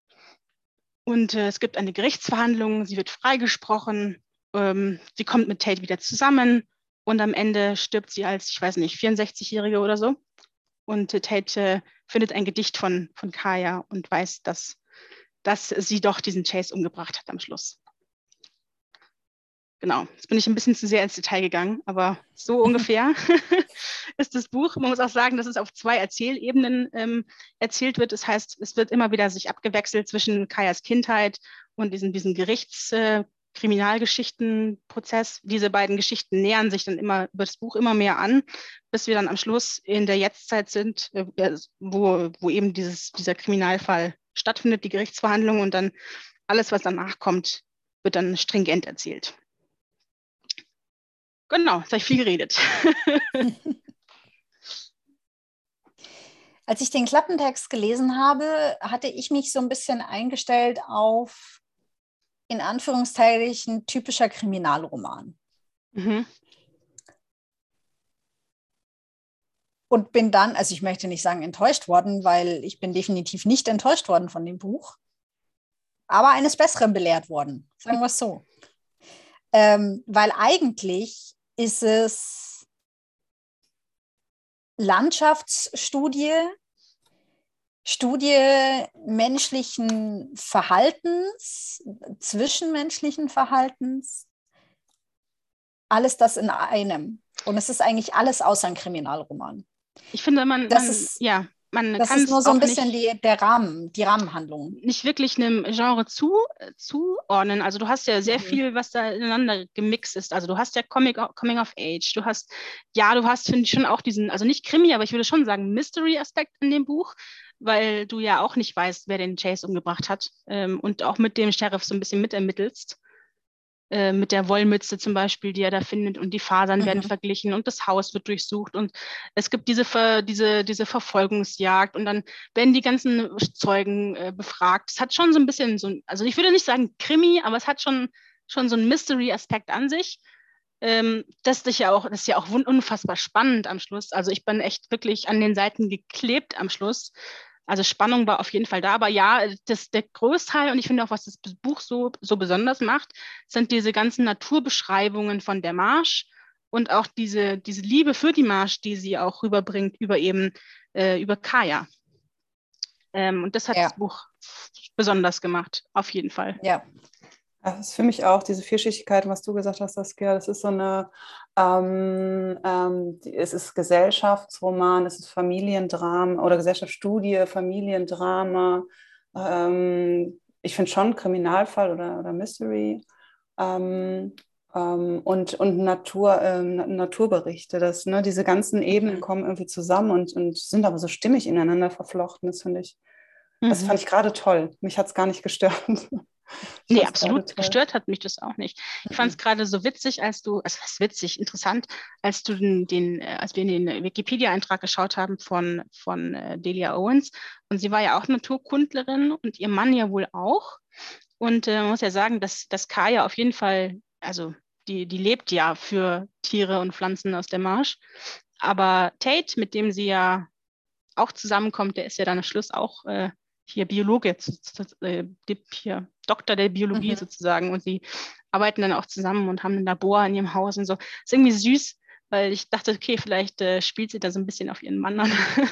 und äh, es gibt eine Gerichtsverhandlung, sie wird freigesprochen, ähm, sie kommt mit Tate wieder zusammen. Und am Ende stirbt sie als, ich weiß nicht, vierundsechzigjährige oder so. Und äh, Tate äh, findet ein Gedicht von, von Kaya und weiß, dass, dass sie doch diesen Chase umgebracht hat am Schluss. Genau, jetzt bin ich ein bisschen zu sehr ins Detail gegangen, aber so ungefähr ist das Buch. Man muss auch sagen, dass es auf zwei Erzählebenen ähm, erzählt wird. Das heißt, es wird immer wieder sich abgewechselt zwischen Kayas Kindheit und diesem, diesem Gerichts- äh, Kriminalgeschichtenprozess. Diese beiden Geschichten nähern sich dann immer über das Buch immer mehr an, bis wir dann am Schluss in der Jetztzeit sind, äh, wo, wo eben dieses, dieser Kriminalfall stattfindet, die Gerichtsverhandlung, und dann alles, was danach kommt, wird dann stringent erzählt. Genau, jetzt habe ich viel geredet. Als ich den Klappentext gelesen habe, hatte ich mich so ein bisschen eingestellt auf, in Anführungszeichen, typischer Kriminalroman. Mhm. Und bin dann, also ich möchte nicht sagen enttäuscht worden, weil ich bin definitiv nicht enttäuscht worden von dem Buch, aber eines Besseren belehrt worden, sagen wir es so. Ähm, weil eigentlich ist es Landschaftsstudie, Studie menschlichen Verhaltens, zwischenmenschlichen Verhaltens, alles das in einem. Und es ist eigentlich alles außer ein Kriminalroman. Ich finde, man, das man ist, ja, man das kann ist nur so ein bisschen nicht, die, der Rahmen, die Rahmenhandlung. Nicht wirklich einem Genre zu, äh, zuordnen. Also du hast ja sehr mhm. viel, was da ineinander gemixt ist. Also du hast ja Comic, Coming of Age, du hast, ja, du hast, finde ich, schon auch diesen, also nicht Krimi, aber ich würde schon sagen, Mystery-Aspekt in dem Buch. weil du ja auch nicht weißt, wer den Chase umgebracht hat ähm, und auch mit dem Sheriff so ein bisschen mitermittelst. Äh, mit der Wollmütze zum Beispiel, die er da findet, und die Fasern mhm. werden verglichen und das Haus wird durchsucht und es gibt diese, Ver, diese, diese Verfolgungsjagd und dann werden die ganzen Zeugen äh, befragt. Es hat schon so ein bisschen so, also ich würde nicht sagen Krimi, aber es hat schon, schon so einen Mystery-Aspekt an sich. Ähm, das ist ja auch, das ist ja auch unfassbar spannend am Schluss. Also ich bin echt wirklich an den Seiten geklebt am Schluss. Also Spannung war auf jeden Fall da, aber ja, das, der Großteil, und ich finde auch, was das Buch so, so besonders macht, sind diese ganzen Naturbeschreibungen von der Marsch und auch diese, diese Liebe für die Marsch, die sie auch rüberbringt über eben, äh, über Kaya. Ähm, und das hat ja. das Buch besonders gemacht, auf jeden Fall. Ja. Das ist für mich auch diese Vielschichtigkeit, was du gesagt hast, Saskia, das ist so eine, ähm, ähm, es ist Gesellschaftsroman, es ist Familiendrama oder Gesellschaftsstudie, Familiendrama, ähm, ich finde schon Kriminalfall oder, oder Mystery ähm, ähm, und, und Natur, ähm, Naturberichte, das, ne, diese ganzen Ebenen kommen irgendwie zusammen und, und sind aber so stimmig ineinander verflochten, das finde ich, mhm. das fand ich gerade toll, mich hat es gar nicht gestört. Ich nee, absolut gestört hat mich das auch nicht. Ich mhm. fand es gerade so witzig, als du, also was witzig, interessant, als du den, den als wir in den Wikipedia-Eintrag geschaut haben von, von äh, Delia Owens, und sie war ja auch Naturkundlerin und ihr Mann ja wohl auch. Und äh, man muss ja sagen, dass, dass Kaya auf jeden Fall, also die, die lebt ja für Tiere und Pflanzen aus der Marsch. Aber Tate, mit dem sie ja auch zusammenkommt, der ist ja dann am Schluss auch äh, hier Biologe, äh, hier Doktor der Biologie mhm. sozusagen, und sie arbeiten dann auch zusammen und haben ein Labor in ihrem Haus und so. Ist irgendwie süß, weil ich dachte, okay, vielleicht äh, spielt sie da so ein bisschen auf ihren Mann an.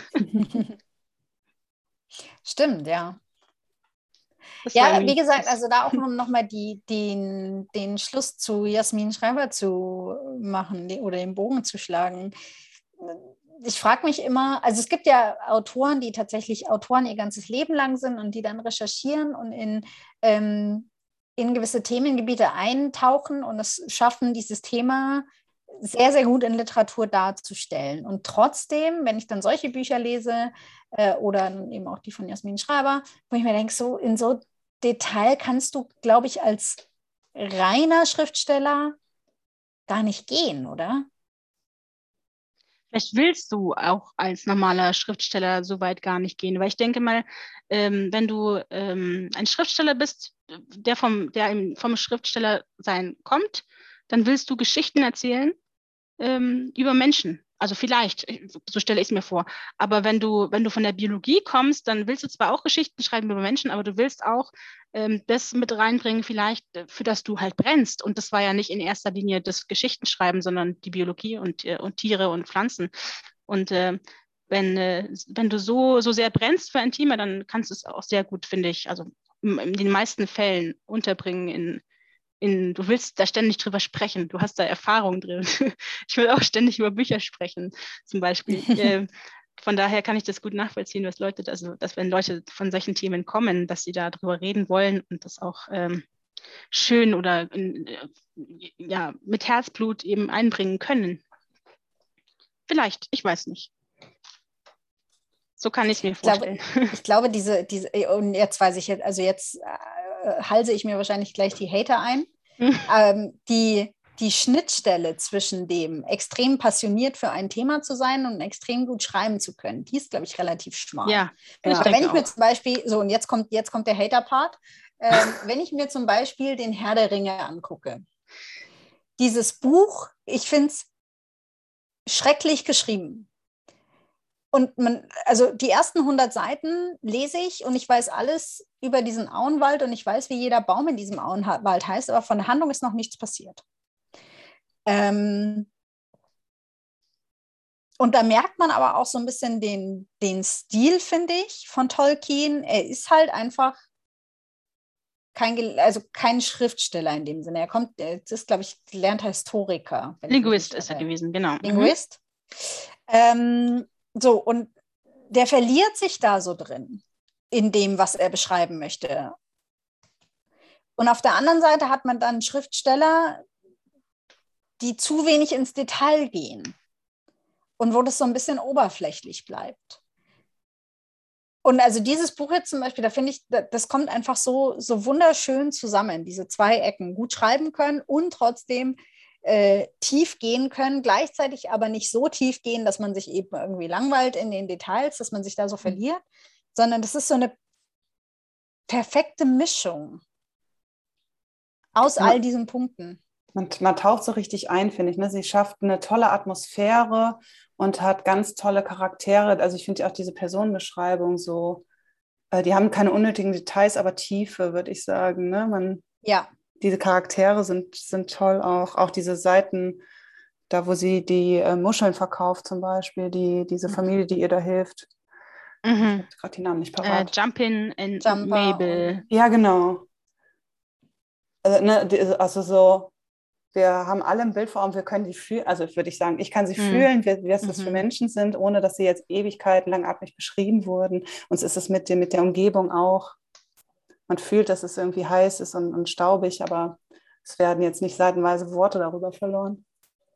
Stimmt, ja. Das ja, wie gesagt, also da auch um nochmal die, den, den Schluss zu Jasmin Schreiber zu machen oder den Bogen zu schlagen. Ich frage mich immer, also es gibt ja Autoren, die tatsächlich Autoren ihr ganzes Leben lang sind und die dann recherchieren und in, ähm, in gewisse Themengebiete eintauchen und es schaffen, dieses Thema sehr, sehr gut in Literatur darzustellen. Und trotzdem, wenn ich dann solche Bücher lese äh, oder eben auch die von Jasmin Schreiber, wo ich mir denke, so in so Detail kannst du, glaube ich, als reiner Schriftsteller gar nicht gehen, oder? Vielleicht willst du auch als normaler Schriftsteller so weit gar nicht gehen, weil ich denke mal, ähm, wenn du ähm, ein Schriftsteller bist, der vom, der vom Schriftstellersein kommt, dann willst du Geschichten erzählen ähm, über Menschen. Also vielleicht, so stelle ich es mir vor. Aber wenn du, wenn du von der Biologie kommst, dann willst du zwar auch Geschichten schreiben über Menschen, aber du willst auch ähm, das mit reinbringen, vielleicht, für das du halt brennst. Und das war ja nicht in erster Linie das Geschichtenschreiben, sondern die Biologie und, äh, und Tiere und Pflanzen. Und äh, wenn, äh, wenn du so, so sehr brennst für ein Thema, dann kannst du es auch sehr gut, finde ich, also in, in den meisten Fällen unterbringen in In, du willst da ständig drüber sprechen, du hast da Erfahrung drin. Ich will auch ständig über Bücher sprechen, zum Beispiel. äh, von daher kann ich das gut nachvollziehen, dass Leute, also dass wenn Leute von solchen Themen kommen, dass sie da drüber reden wollen und das auch ähm, schön oder äh, ja, mit Herzblut eben einbringen können. Vielleicht, ich weiß nicht. So kann ich es mir vorstellen. Ich glaube, ich glaube diese, diese, und jetzt weiß ich, also jetzt äh, halse ich mir wahrscheinlich gleich die Hater ein. ähm, die, die Schnittstelle zwischen dem extrem passioniert für ein Thema zu sein und extrem gut schreiben zu können, die ist, glaube ich, relativ schmal. Ja, ja. Aber wenn ich mir zum Beispiel, so und jetzt kommt, jetzt kommt der Hater-Part, ähm, wenn ich mir zum Beispiel den Herr der Ringe angucke, dieses Buch, ich finde es schrecklich geschrieben. Und man, also die ersten hundert Seiten lese ich und ich weiß alles über diesen Auenwald und ich weiß, wie jeder Baum in diesem Auenwald heißt, aber von der Handlung ist noch nichts passiert. Ähm und da merkt man aber auch so ein bisschen den, den Stil, finde ich, von Tolkien. Er ist halt einfach kein, also kein Schriftsteller in dem Sinne. Er kommt, er ist, glaube ich, gelernter Historiker. Linguist ist er gewesen, genau. Linguist. Mhm. Ähm, So, und der verliert sich da so drin, in dem, was er beschreiben möchte. Und auf der anderen Seite hat man dann Schriftsteller, die zu wenig ins Detail gehen und wo das so ein bisschen oberflächlich bleibt. Und also dieses Buch jetzt zum Beispiel, da finde ich, das kommt einfach so, so wunderschön zusammen, diese zwei Ecken. Gut schreiben können und trotzdem äh, tief gehen können, gleichzeitig aber nicht so tief gehen, dass man sich eben irgendwie langweilt in den Details, dass man sich da so verliert, sondern das ist so eine perfekte Mischung aus all diesen Punkten. Man, man taucht so richtig ein, finde ich. Ne? Sie schafft eine tolle Atmosphäre und hat ganz tolle Charaktere. Also ich finde auch diese Personenbeschreibung so, äh, die haben keine unnötigen Details, aber Tiefe, würde ich sagen. Ne? Man, ja. Diese Charaktere sind, sind toll auch. Auch diese Seiten, da wo sie die äh, Muscheln verkauft zum Beispiel, die, diese Familie, die ihr da hilft. Mhm. Ich habe gerade die Namen nicht parat. Äh, Jumpin and Jumper Mabel. Ja, genau. Also, ne, also so, wir haben alle ein Bild vor Augen, wir können die fühlen, also würde ich sagen, ich kann sie mhm. fühlen, wie, wie es das mhm. für Menschen sind, ohne dass sie jetzt Ewigkeiten langatmig beschrieben wurden. Und es ist es mit, dem, mit der Umgebung auch. Man fühlt, dass es irgendwie heiß ist und, und staubig, aber es werden jetzt nicht seitenweise Worte darüber verloren.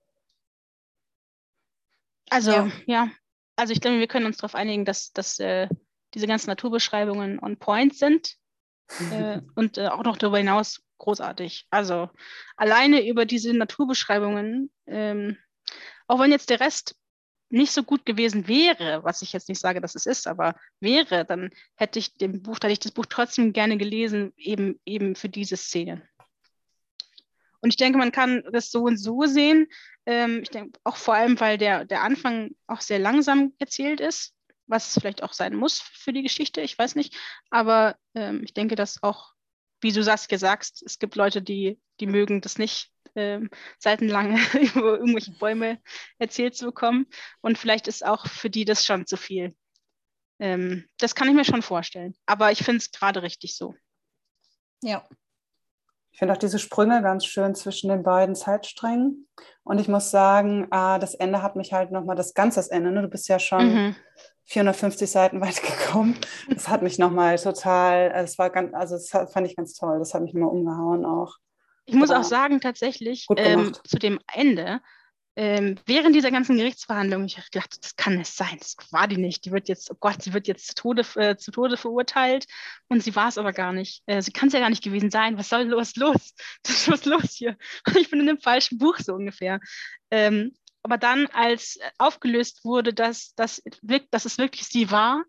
Also, ja, ja. Also ich glaube, wir können uns darauf einigen, dass, dass äh, diese ganzen Naturbeschreibungen on point sind äh, und äh, auch noch darüber hinaus großartig. Also alleine über diese Naturbeschreibungen, ähm, auch wenn jetzt der Rest nicht so gut gewesen wäre, was ich jetzt nicht sage, dass es ist, aber wäre, dann hätte ich dem Buch, hätte ich das Buch trotzdem gerne gelesen, eben, eben für diese Szene. Und ich denke, man kann das so und so sehen. Ähm, ich denke auch vor allem, weil der, der Anfang auch sehr langsam erzählt ist, was es vielleicht auch sein muss für die Geschichte, ich weiß nicht. Aber ähm, ich denke, dass auch, wie du Saskia sagst, es gibt Leute, die, die mögen das nicht, ähm, seitenlang über irgendwelche Bäume erzählt zu bekommen. Und vielleicht ist auch für die das schon zu viel. Ähm, das kann ich mir schon vorstellen. Aber ich finde es gerade richtig so. Ja. Ich finde auch diese Sprünge ganz schön zwischen den beiden Zeitsträngen. Und ich muss sagen, äh, das Ende hat mich halt nochmal, das ganze das Ende, ne? Du bist ja schon mhm. vierhundertfünfzig Seiten weit gekommen. Das hat mich nochmal total, es war ganz, also das fand ich ganz toll. Das hat mich nochmal umgehauen auch. Ich muss auch sagen, tatsächlich, ähm, zu dem Ende, ähm, während dieser ganzen Gerichtsverhandlungen, ich habe gedacht, das kann nicht sein, das war die nicht. Die wird jetzt, oh Gott, sie wird jetzt zu Tode, äh, zu Tode verurteilt und sie war es aber gar nicht. Äh, sie kann es ja gar nicht gewesen sein. Was soll los, los? Was ist los hier? Ich bin in dem falschen Buch so ungefähr. Ähm, aber dann, als aufgelöst wurde, dass, dass, dass es wirklich sie war,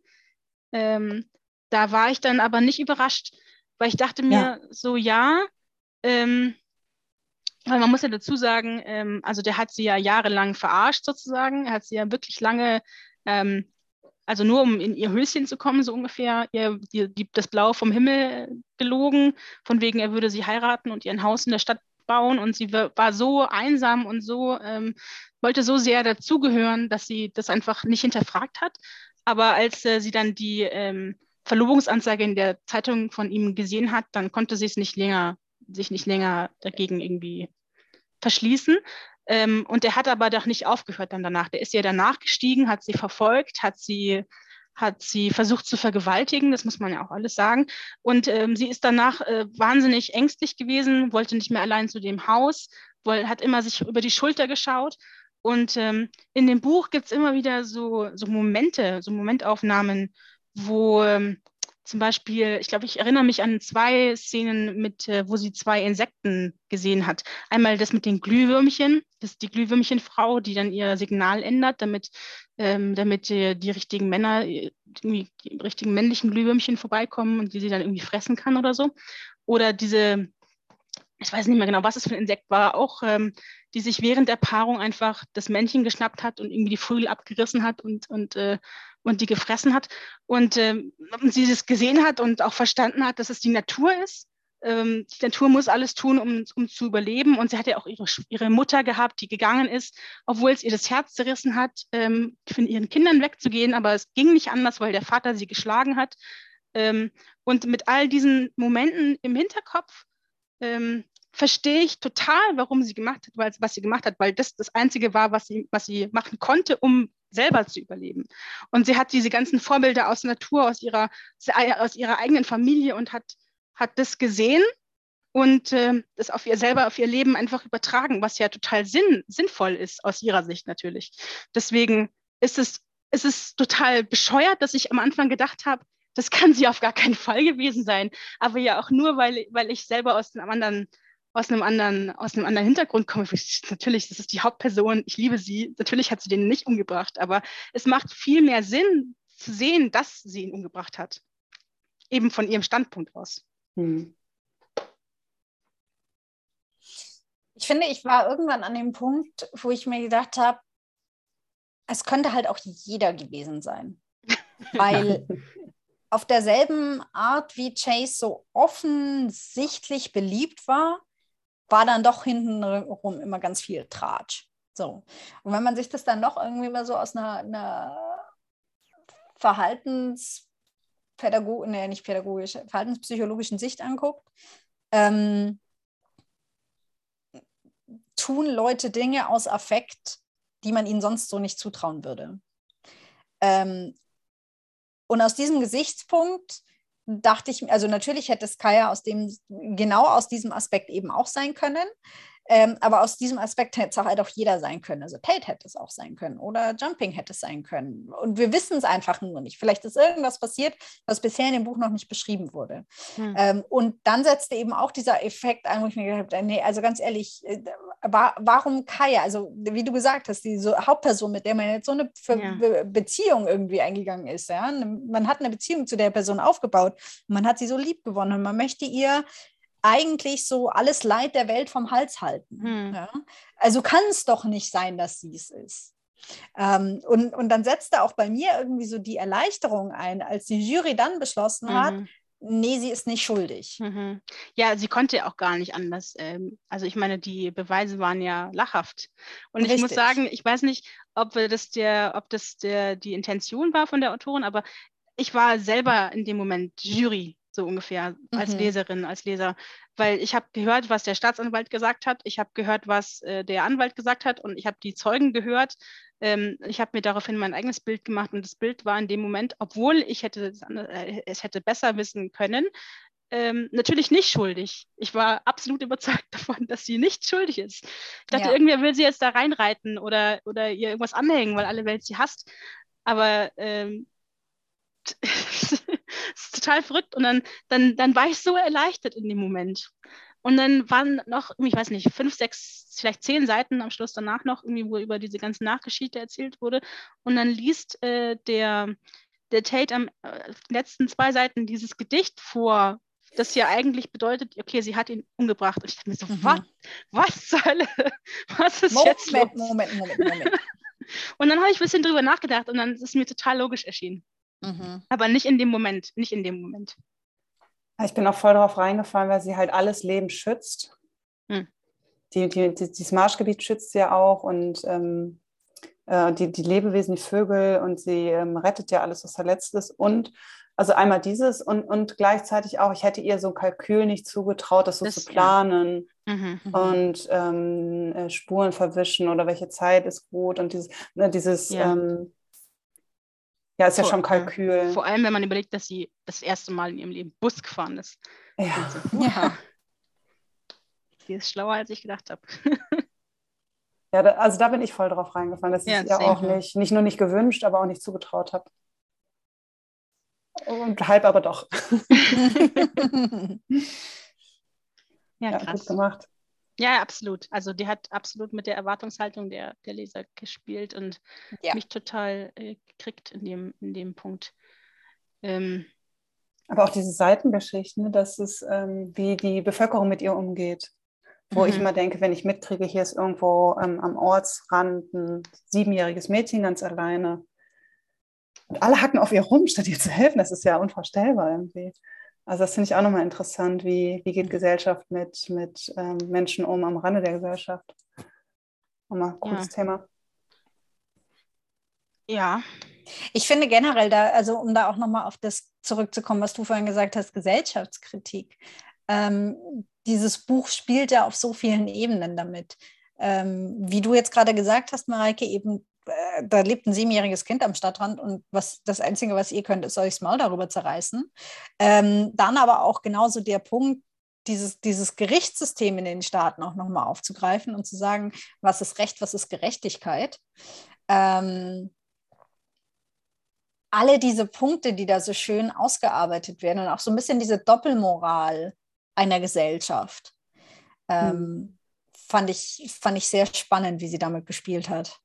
ähm, da war ich dann aber nicht überrascht, weil ich dachte mir ja. so, ja, Ähm, weil man muss ja dazu sagen, ähm, also der hat sie ja jahrelang verarscht sozusagen, er hat sie ja wirklich lange, ähm, also nur um in ihr Höschen zu kommen, so ungefähr, ihr die, die, das Blau vom Himmel gelogen, von wegen, er würde sie heiraten und ihr ein Haus in der Stadt bauen und sie war so einsam und so, ähm, wollte so sehr dazugehören, dass sie das einfach nicht hinterfragt hat, aber als äh, sie dann die ähm, Verlobungsanzeige in der Zeitung von ihm gesehen hat, dann konnte sie es nicht länger sich nicht länger dagegen irgendwie verschließen. Ähm, und der hat aber doch nicht aufgehört dann danach. Der ist ja danach gestiegen, hat sie verfolgt, hat sie, hat sie versucht zu vergewaltigen, das muss man ja auch alles sagen. Und ähm, sie ist danach äh, wahnsinnig ängstlich gewesen, wollte nicht mehr allein zu dem Haus, woll, hat immer sich über die Schulter geschaut. Und ähm, in dem Buch gibt es immer wieder so, so Momente, so Momentaufnahmen, wo ähm, zum Beispiel, ich glaube, ich erinnere mich an zwei Szenen, mit, äh, wo sie zwei Insekten gesehen hat. Einmal das mit den Glühwürmchen, das ist die Glühwürmchenfrau, die dann ihr Signal ändert, damit, ähm, damit äh, die richtigen Männer, die, die richtigen männlichen Glühwürmchen vorbeikommen und die sie dann irgendwie fressen kann oder so. Oder diese, ich weiß nicht mehr genau, was es für ein Insekt war, auch ähm, die sich während der Paarung einfach das Männchen geschnappt hat und irgendwie die Flügel abgerissen hat und, und, äh, und die gefressen hat. Und ähm, sie das gesehen hat und auch verstanden hat, dass es die Natur ist. Ähm, die Natur muss alles tun, um, um zu überleben. Und sie hat ja auch ihre, ihre Mutter gehabt, die gegangen ist, obwohl es ihr das Herz zerrissen hat, ähm, von ihren Kindern wegzugehen. Aber es ging nicht anders, weil der Vater sie geschlagen hat. Ähm, und mit all diesen Momenten im Hinterkopf ähm, verstehe ich total, warum sie gemacht hat, weil, was sie gemacht hat, weil das das Einzige war, was sie, was sie machen konnte, um selber zu überleben. Und sie hat diese ganzen Vorbilder aus der Natur, aus ihrer, aus ihrer eigenen Familie und hat, hat das gesehen und äh, das auf ihr selber, auf ihr Leben einfach übertragen, was ja total sinn, sinnvoll ist, aus ihrer Sicht natürlich. Deswegen ist es es ist total bescheuert, dass ich am Anfang gedacht habe, das kann sie auf gar keinen Fall gewesen sein. Aber ja auch nur, weil, weil ich selber aus einem anderen, aus einem anderen, aus einem anderen Hintergrund komme. Natürlich, das ist die Hauptperson, ich liebe sie. Natürlich hat sie den nicht umgebracht, aber es macht viel mehr Sinn zu sehen, dass sie ihn umgebracht hat. Eben von ihrem Standpunkt aus. Hm. Ich finde, ich war irgendwann an dem Punkt, wo ich mir gedacht habe, es könnte halt auch jeder gewesen sein. Weil auf derselben Art, wie Chase so offensichtlich beliebt war, war dann doch hintenrum immer ganz viel Tratsch. So. Und wenn man sich das dann doch irgendwie mal so aus einer, einer Verhaltenspädagogischen, nee, nicht pädagogisch, verhaltenspsychologischen Sicht anguckt, ähm, tun Leute Dinge aus Affekt, die man ihnen sonst so nicht zutrauen würde. Ähm, und aus diesem Gesichtspunkt dachte ich, also natürlich hätte es Kaya aus dem, genau aus diesem Aspekt eben auch sein können, ähm, aber aus diesem Aspekt hätte es auch halt auch jeder sein können. Also Tate hätte es auch sein können oder Jumping hätte es sein können. Und wir wissen es einfach nur nicht. Vielleicht ist irgendwas passiert, was bisher in dem Buch noch nicht beschrieben wurde. Hm. Ähm, und dann setzte eben auch dieser Effekt ein, wo ich mir gedacht habe, nee, also ganz ehrlich, äh, war, warum Kaya? Also wie du gesagt hast, diese Hauptperson, mit der man jetzt so eine ja. Be- Beziehung irgendwie eingegangen ist. Ja? Man hat eine Beziehung zu der Person aufgebaut. Man hat sie so lieb gewonnen und man möchte ihr eigentlich so alles Leid der Welt vom Hals halten. Hm. Ja? Also kann es doch nicht sein, dass sie es ist. Ähm, und, und dann setzte auch bei mir irgendwie so die Erleichterung ein, als die Jury dann beschlossen hat, mhm. nee, sie ist nicht schuldig. Mhm. Ja, sie konnte ja auch gar nicht anders. Ähm, also ich meine, die Beweise waren ja lachhaft. Und Richtig. Ich muss sagen, ich weiß nicht, ob das, der, ob das der, die Intention war von der Autorin, aber ich war selber in dem Moment Jury. So ungefähr als mhm. Leserin, als Leser, weil ich habe gehört, was der Staatsanwalt gesagt hat, ich habe gehört, was äh, der Anwalt gesagt hat und ich habe die Zeugen gehört. Ähm, ich habe mir daraufhin mein eigenes Bild gemacht und das Bild war in dem Moment, obwohl ich hätte, äh, es hätte besser wissen können, ähm, natürlich nicht schuldig. Ich war absolut überzeugt davon, dass sie nicht schuldig ist. Ich dachte, ja. irgendwer will sie jetzt da reinreiten oder, oder ihr irgendwas anhängen, weil alle Welt sie hasst. Aber ähm, das ist total verrückt und dann, dann, dann war ich so erleichtert in dem Moment. Und dann waren noch, ich weiß nicht, fünf, sechs, vielleicht zehn Seiten am Schluss danach noch, irgendwie, wo über diese ganze Nachgeschichte erzählt wurde. Und dann liest äh, der, der Tate am äh, letzten zwei Seiten dieses Gedicht vor, das ja eigentlich bedeutet, okay, sie hat ihn umgebracht. Und ich dachte mir so, mhm. was, was zur Hölle? Was ist Moment, jetzt los? Moment, Moment, Moment. Und dann habe ich ein bisschen drüber nachgedacht und dann ist es mir total logisch erschienen. Mhm. Aber nicht in dem Moment, nicht in dem Moment. Ich bin auch voll drauf reingefallen, weil sie halt alles Leben schützt. Hm. Die, die, die, dieses Marschgebiet schützt sie ja auch und ähm, äh, die, die Lebewesen, die Vögel und sie ähm, rettet ja alles, was verletzt ist. Und also einmal dieses und, und gleichzeitig auch, ich hätte ihr so ein Kalkül nicht zugetraut, das so das, zu planen ja. mhm. und ähm, Spuren verwischen oder welche Zeit ist gut und dieses, ne, dieses ja. ähm, Ja, ist ja vor, schon Kalkül. Vor allem, wenn man überlegt, dass sie das erste Mal in ihrem Leben Bus gefahren ist. Ja. So, ja. Die ist schlauer, als ich gedacht habe. Ja, da, also da bin ich voll drauf reingefallen, dass ich ja, es ihr auch nicht, nicht nur nicht gewünscht, aber auch nicht zugetraut habe. Und halb aber doch. ja, ja, krass. Gut gemacht. Ja, absolut. Also die hat absolut mit der Erwartungshaltung der, der Leser gespielt und ja. mich total äh, gekriegt in dem, in dem Punkt. Ähm, Aber auch diese Seitengeschichten, dass es, ähm, wie die Bevölkerung mit ihr umgeht. Wo mhm. ich immer denke, wenn ich mitkriege, hier ist irgendwo ähm, am Ortsrand ein siebenjähriges Mädchen ganz alleine. Und alle hacken auf ihr rum, statt ihr zu helfen. Das ist ja unvorstellbar irgendwie. Also das finde ich auch nochmal interessant, wie, wie geht Gesellschaft mit, mit ähm, Menschen um am Rande der Gesellschaft. Nochmal ein cooles ja. Thema. Ja. Ich finde generell da, also um da auch nochmal auf das zurückzukommen, was du vorhin gesagt hast, Gesellschaftskritik. Ähm, dieses Buch spielt ja auf so vielen Ebenen damit. Ähm, wie du jetzt gerade gesagt hast, Mareike, eben da lebt ein siebenjähriges Kind am Stadtrand und was, das Einzige, was ihr könnt, ist euch das Maul darüber zerreißen. Ähm, dann aber auch genauso der Punkt, dieses, dieses Gerichtssystem in den Staaten auch nochmal aufzugreifen und zu sagen, was ist Recht, was ist Gerechtigkeit. Ähm, alle diese Punkte, die da so schön ausgearbeitet werden und auch so ein bisschen diese Doppelmoral einer Gesellschaft, ähm, hm. fand ich, fand ich sehr spannend, wie sie damit gespielt hat.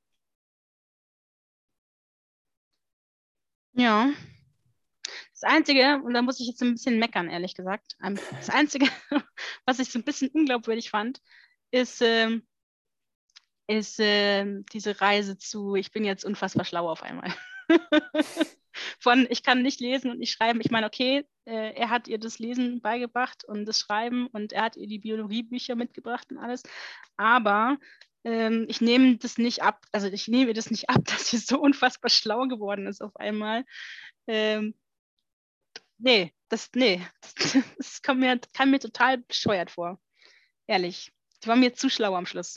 Ja. Das Einzige, und da muss ich jetzt ein bisschen meckern, ehrlich gesagt, das Einzige, was ich so ein bisschen unglaubwürdig fand, ist, ähm, ist ähm, diese Reise zu, ich bin jetzt unfassbar schlau auf einmal. Von, ich kann nicht lesen und nicht schreiben. Ich meine, okay, äh, er hat ihr das Lesen beigebracht und das Schreiben und er hat ihr die Biologiebücher mitgebracht und alles, aber ähm, ich nehme das nicht ab, also ich nehme ihr das nicht ab, dass sie so unfassbar schlau geworden ist auf einmal. Ähm, nee, das, nee, das, das kam, mir, kam mir total bescheuert vor. Ehrlich. Die war mir zu schlau am Schluss.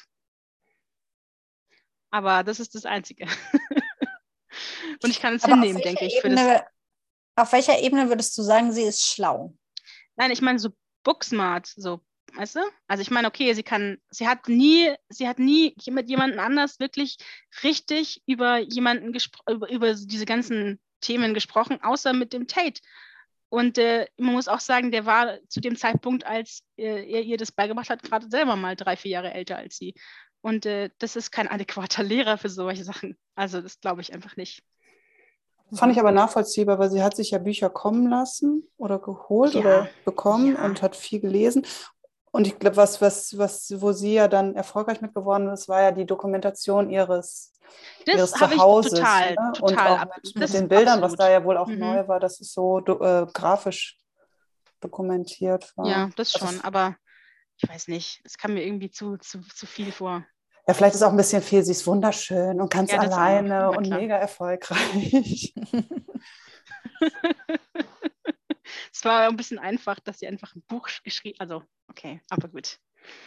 Aber das ist das Einzige. Und ich kann es Aber hinnehmen, denke ich. Für Ebene, das auf welcher Ebene würdest du sagen, sie ist schlau? Nein, ich meine so booksmart, so, weißt du? Also ich meine, okay, sie kann, sie hat nie, sie hat nie mit jemandem anders wirklich richtig über jemanden gespro- über, über diese ganzen Themen gesprochen, außer mit dem Tate. Und äh, man muss auch sagen, der war zu dem Zeitpunkt, als äh, er ihr das beigebracht hat, gerade selber mal drei, vier Jahre älter als sie. Und äh, das ist kein adäquater Lehrer für solche Sachen. Also das glaube ich einfach nicht. Das fand ich aber nachvollziehbar, weil sie hat sich ja Bücher kommen lassen oder geholt Ja, oder bekommen ja. und hat viel gelesen. Und ich glaube, was, was, was, wo sie ja dann erfolgreich mit geworden ist, war ja die Dokumentation ihres, ihres Das habe ich Zuhauses. total, Ne? total Und auch ab. mit, mit Das den Bildern, absolut. was da ja wohl auch Mhm. neu war, dass es so do, äh, grafisch dokumentiert war. Ja, das schon, Also, aber ich weiß nicht, es kam mir irgendwie zu, zu, zu viel vor. ja, vielleicht ist auch ein bisschen viel, sie ist wunderschön und ganz Ja, das auch. alleine Na und klar. mega erfolgreich. Es war ein bisschen einfach, dass sie einfach ein Buch geschrieben, also okay, aber gut.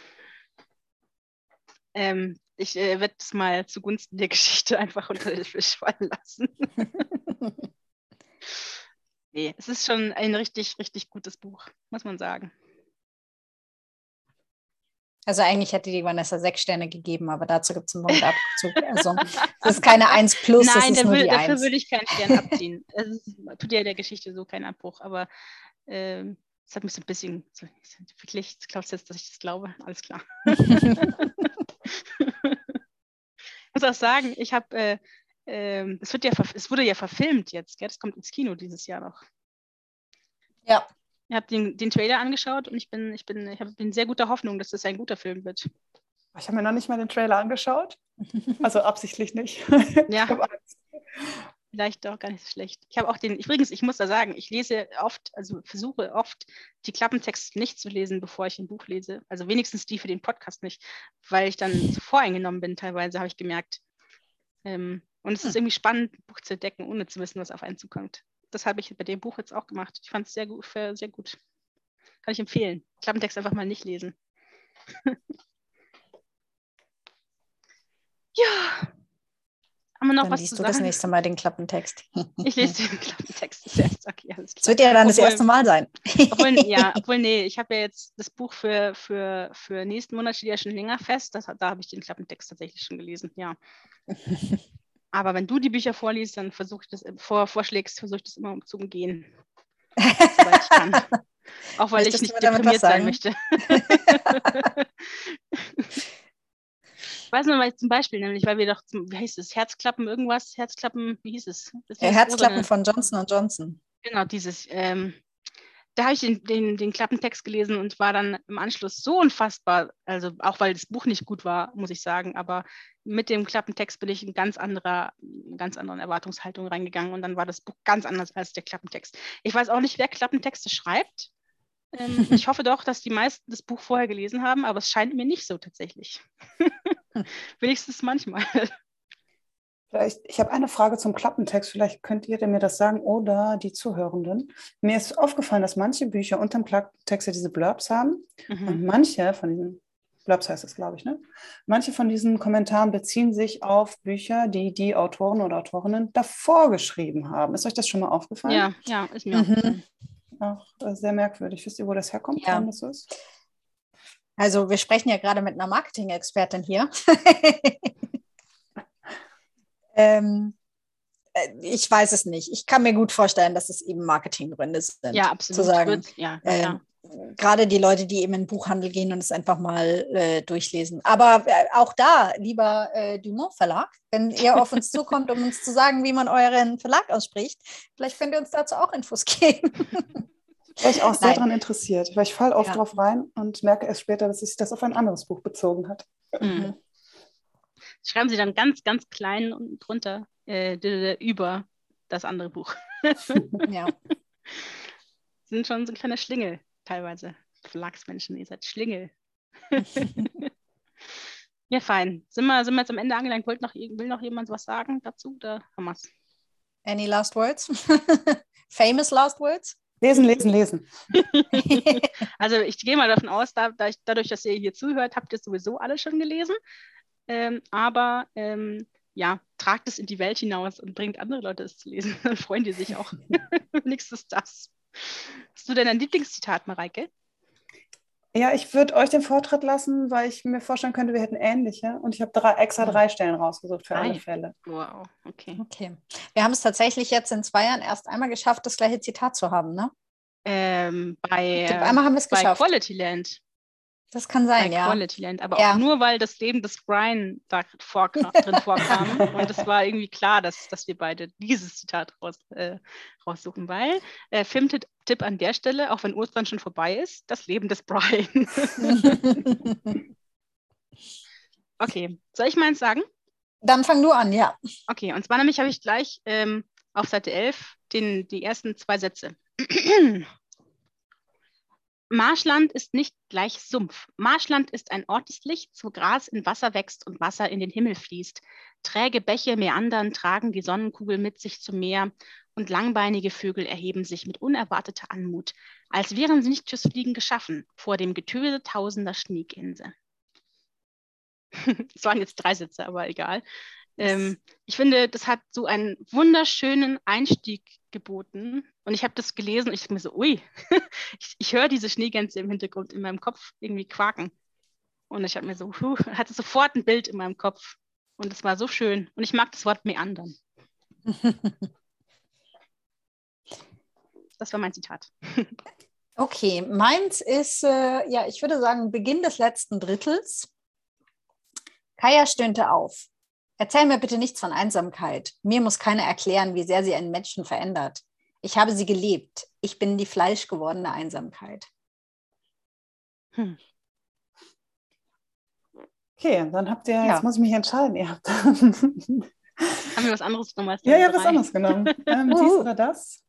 Ähm, ich äh, werde es mal zugunsten der Geschichte einfach unter den Tisch fallen lassen. Nee, es ist schon ein richtig, richtig gutes Buch, muss man sagen. Also eigentlich hätte die Vanessa sechs Sterne gegeben, aber dazu gibt es einen Punktabzug. Also es ist keine eins plus, Nein, es ist nur will, die dafür eins. würde ich keinen Stern abziehen. Es ist, tut ja der Geschichte so keinen Abbruch, aber ähm, es hat mich so ein bisschen, so, wirklich, glaubst du jetzt, dass ich das glaube? Alles klar. Ich muss auch sagen, ich habe, äh, äh, es, wird ja, es wurde ja verfilmt jetzt, gell? Das kommt ins Kino dieses Jahr noch. Ja. Ich habe den, den Trailer angeschaut und ich bin, ich bin, ich hab, bin sehr guter Hoffnung, dass das ein guter Film wird. Ich habe mir noch nicht mal den Trailer angeschaut. Also absichtlich nicht. Ja. Ich habe Angst. Vielleicht auch gar nicht so schlecht. Ich habe auch den, übrigens, ich muss da sagen, ich lese oft, also versuche oft, die Klappentexte nicht zu lesen, bevor ich ein Buch lese. Also wenigstens die für den Podcast nicht, weil ich dann so voreingenommen bin, teilweise, habe ich gemerkt. Ähm, und es ist irgendwie spannend, ein Buch zu entdecken, ohne zu wissen, was auf einen zukommt. Das habe ich bei dem Buch jetzt auch gemacht. Ich fand es sehr gut, sehr gut. Kann ich empfehlen. Klappentext einfach mal nicht lesen. Ja. Haben wir noch dann was liest zu du sagen? das nächste Mal den Klappentext. Ich lese den Klappentext zuerst. Okay, alles klar. Das wird ja dann obwohl, das erste Mal sein. obwohl, ja, obwohl, nee, ich habe ja jetzt das Buch für, für, für nächsten Monat steht ja schon länger fest. Das, da habe ich den Klappentext tatsächlich schon gelesen, ja. Aber wenn du die Bücher vorliest, dann versuche ich das, vor, vorschlägst, versuche ich das immer zu umgehen. Soweit ich kann. Auch weil Möchtest ich du nicht mir damit was deprimiert sein sagen? möchte. Weiß man mal zum Beispiel, nämlich, weil wir doch, zum, wie heißt es, Herzklappen irgendwas, Herzklappen, wie hieß es? Das ist Herzklappen rosane, von Johnson und Johnson. Genau, dieses, ähm, da habe ich den, den, den Klappentext gelesen und war dann im Anschluss so unfassbar, also auch weil das Buch nicht gut war, muss ich sagen, aber mit dem Klappentext bin ich in ganz anderer, in ganz anderen Erwartungshaltung reingegangen und dann war das Buch ganz anders als der Klappentext. Ich weiß auch nicht, wer Klappentexte schreibt. Ähm, ich hoffe doch, dass die meisten das Buch vorher gelesen haben, aber es scheint mir nicht so tatsächlich. Wenigstens manchmal. Vielleicht, ich habe eine Frage zum Klappentext, vielleicht könnt ihr mir das sagen oder die Zuhörenden. Mir ist aufgefallen, dass manche Bücher unterm Klappentext ja diese Blurbs haben Mhm. und manche von diesen, Blurbs heißt es, glaube ich, ne? Manche von diesen Kommentaren beziehen sich auf Bücher, die die Autoren oder Autorinnen davor geschrieben haben. Ist euch das schon mal aufgefallen? Ja, ja, ist mir Mhm. aufgefallen. Auch äh, sehr merkwürdig. Wisst ihr, wo das herkommt, Ja. warum das so ist? Also wir sprechen ja gerade mit einer Marketing-Expertin hier. ähm, ich weiß es nicht. Ich kann mir gut vorstellen, dass es eben Marketinggründe sind. Ja, absolut. Zu sagen, Wird, ja, äh, ja. gerade die Leute, die eben in den Buchhandel gehen und es einfach mal äh, durchlesen. Aber äh, auch da, lieber äh, Dumont Verlag, wenn ihr auf uns zukommt, um uns zu sagen, wie man euren Verlag ausspricht, vielleicht könnt ihr uns dazu auch Infos geben. Wäre ich auch sehr Nein. daran interessiert, weil ich falle oft Ja. drauf rein und merke erst später, dass sich das auf ein anderes Buch bezogen hat. Mhm. Schreiben Sie dann ganz, ganz klein und drunter äh, über das andere Buch. Ja. Sind schon so ein kleiner Schlingel teilweise. Verlagsmenschen, ihr seid Schlingel. Ja, fein. Sind wir, sind wir jetzt am Ende angelangt? Wollt noch, will noch jemand was sagen dazu? Oder haben wir's? Any last words? Famous last words? Lesen, lesen, lesen. Also ich gehe mal davon aus, da, da ich, dadurch, dass ihr hier zuhört, habt ihr sowieso alle schon gelesen. Ähm, aber ähm, ja, tragt es in die Welt hinaus und bringt andere Leute es zu lesen. Dann freuen die sich auch. Wenigstens das. Hast du denn ein Lieblingszitat, Mareike? Ja, ich würde euch den Vortritt lassen, weil ich mir vorstellen könnte, wir hätten ähnliche. Und ich habe drei, extra drei Stellen rausgesucht für alle Fälle. Wow, okay. Okay. Wir haben es tatsächlich jetzt in zwei Jahren erst einmal geschafft, das gleiche Zitat zu haben, ne? Ähm, bei, Ich glaube, einmal haben wir es bei geschafft. Quality Land. Das kann sein, Bei ja. Quality Land, aber Ja. auch nur, weil das Leben des Brian da vorkam, drin vorkam. Und es war irgendwie klar, dass, dass wir beide dieses Zitat raus, äh, raussuchen, weil äh, Filmtipp Tipp an der Stelle, auch wenn Ostern schon vorbei ist, das Leben des Brian. Okay, soll ich meins sagen? Dann fang du an, ja. Okay, und zwar nämlich habe ich gleich ähm, auf Seite elf den, die ersten zwei Sätze. Marschland ist nicht gleich Sumpf. Marschland ist ein Ort des Lichts, wo Gras in Wasser wächst und Wasser in den Himmel fließt. Träge Bäche meandern, tragen die Sonnenkugel mit sich zum Meer und langbeinige Vögel erheben sich mit unerwarteter Anmut, als wären sie nicht fürs Fliegen geschaffen, vor dem Getöse tausender Schneegänse. Das waren jetzt drei Sätze, aber egal. Ähm, ich finde, das hat so einen wunderschönen Einstieg geboten. Und ich habe das gelesen und ich dachte mir so, ui, ich, ich höre diese Schneegänse im Hintergrund in meinem Kopf irgendwie quaken. Und ich habe mir so, huh, hatte sofort ein Bild in meinem Kopf. Und es war so schön. Und ich mag das Wort meandern. Das war mein Zitat. Okay, meins ist, äh, ja, ich würde sagen, Beginn des letzten Drittels. Kaya stöhnte auf. Erzähl mir bitte nichts von Einsamkeit. Mir muss keiner erklären, wie sehr sie einen Menschen verändert. Ich habe sie gelebt. Ich bin die fleischgewordene Einsamkeit. Hm. Okay, dann habt ihr, Ja. jetzt muss ich mich entscheiden. Ihr habt Haben wir was anderes genommen als ja, ja, drei? was anderes genommen. Ähm, dies oder das?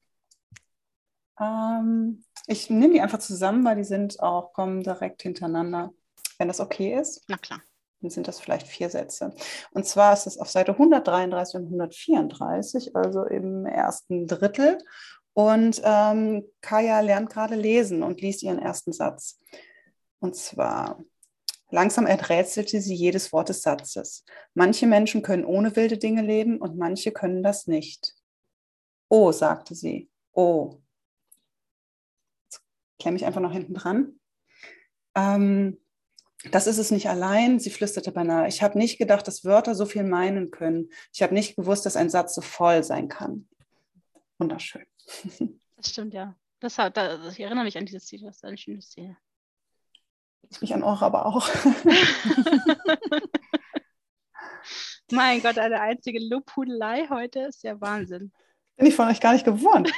Ähm, ich nehme die einfach zusammen, weil die sind auch, kommen direkt hintereinander. Wenn das okay ist. Na klar. Dann sind das vielleicht vier Sätze. Und zwar ist es auf Seite hundertdreiunddreißig und hundertvierunddreißig, also im ersten Drittel. Und ähm, Kaya lernt gerade lesen und liest ihren ersten Satz. Und zwar, langsam errätselte sie jedes Wort des Satzes. Manche Menschen können ohne wilde Dinge leben und manche können das nicht. Oh, sagte sie. Oh. Jetzt klemme ich einfach noch hinten dran. Ähm, Das ist es nicht allein, sie flüsterte beinahe. Ich habe nicht gedacht, dass Wörter so viel meinen können. Ich habe nicht gewusst, dass ein Satz so voll sein kann. Wunderschön. Das stimmt, ja. Das hat, das, ich erinnere mich an dieses Ziel. Das ist eine schöne Szene. Ich mich an eure aber auch. Mein Gott, eine einzige Lobhudelei heute ist ja Wahnsinn. Bin ich von euch gar nicht gewohnt.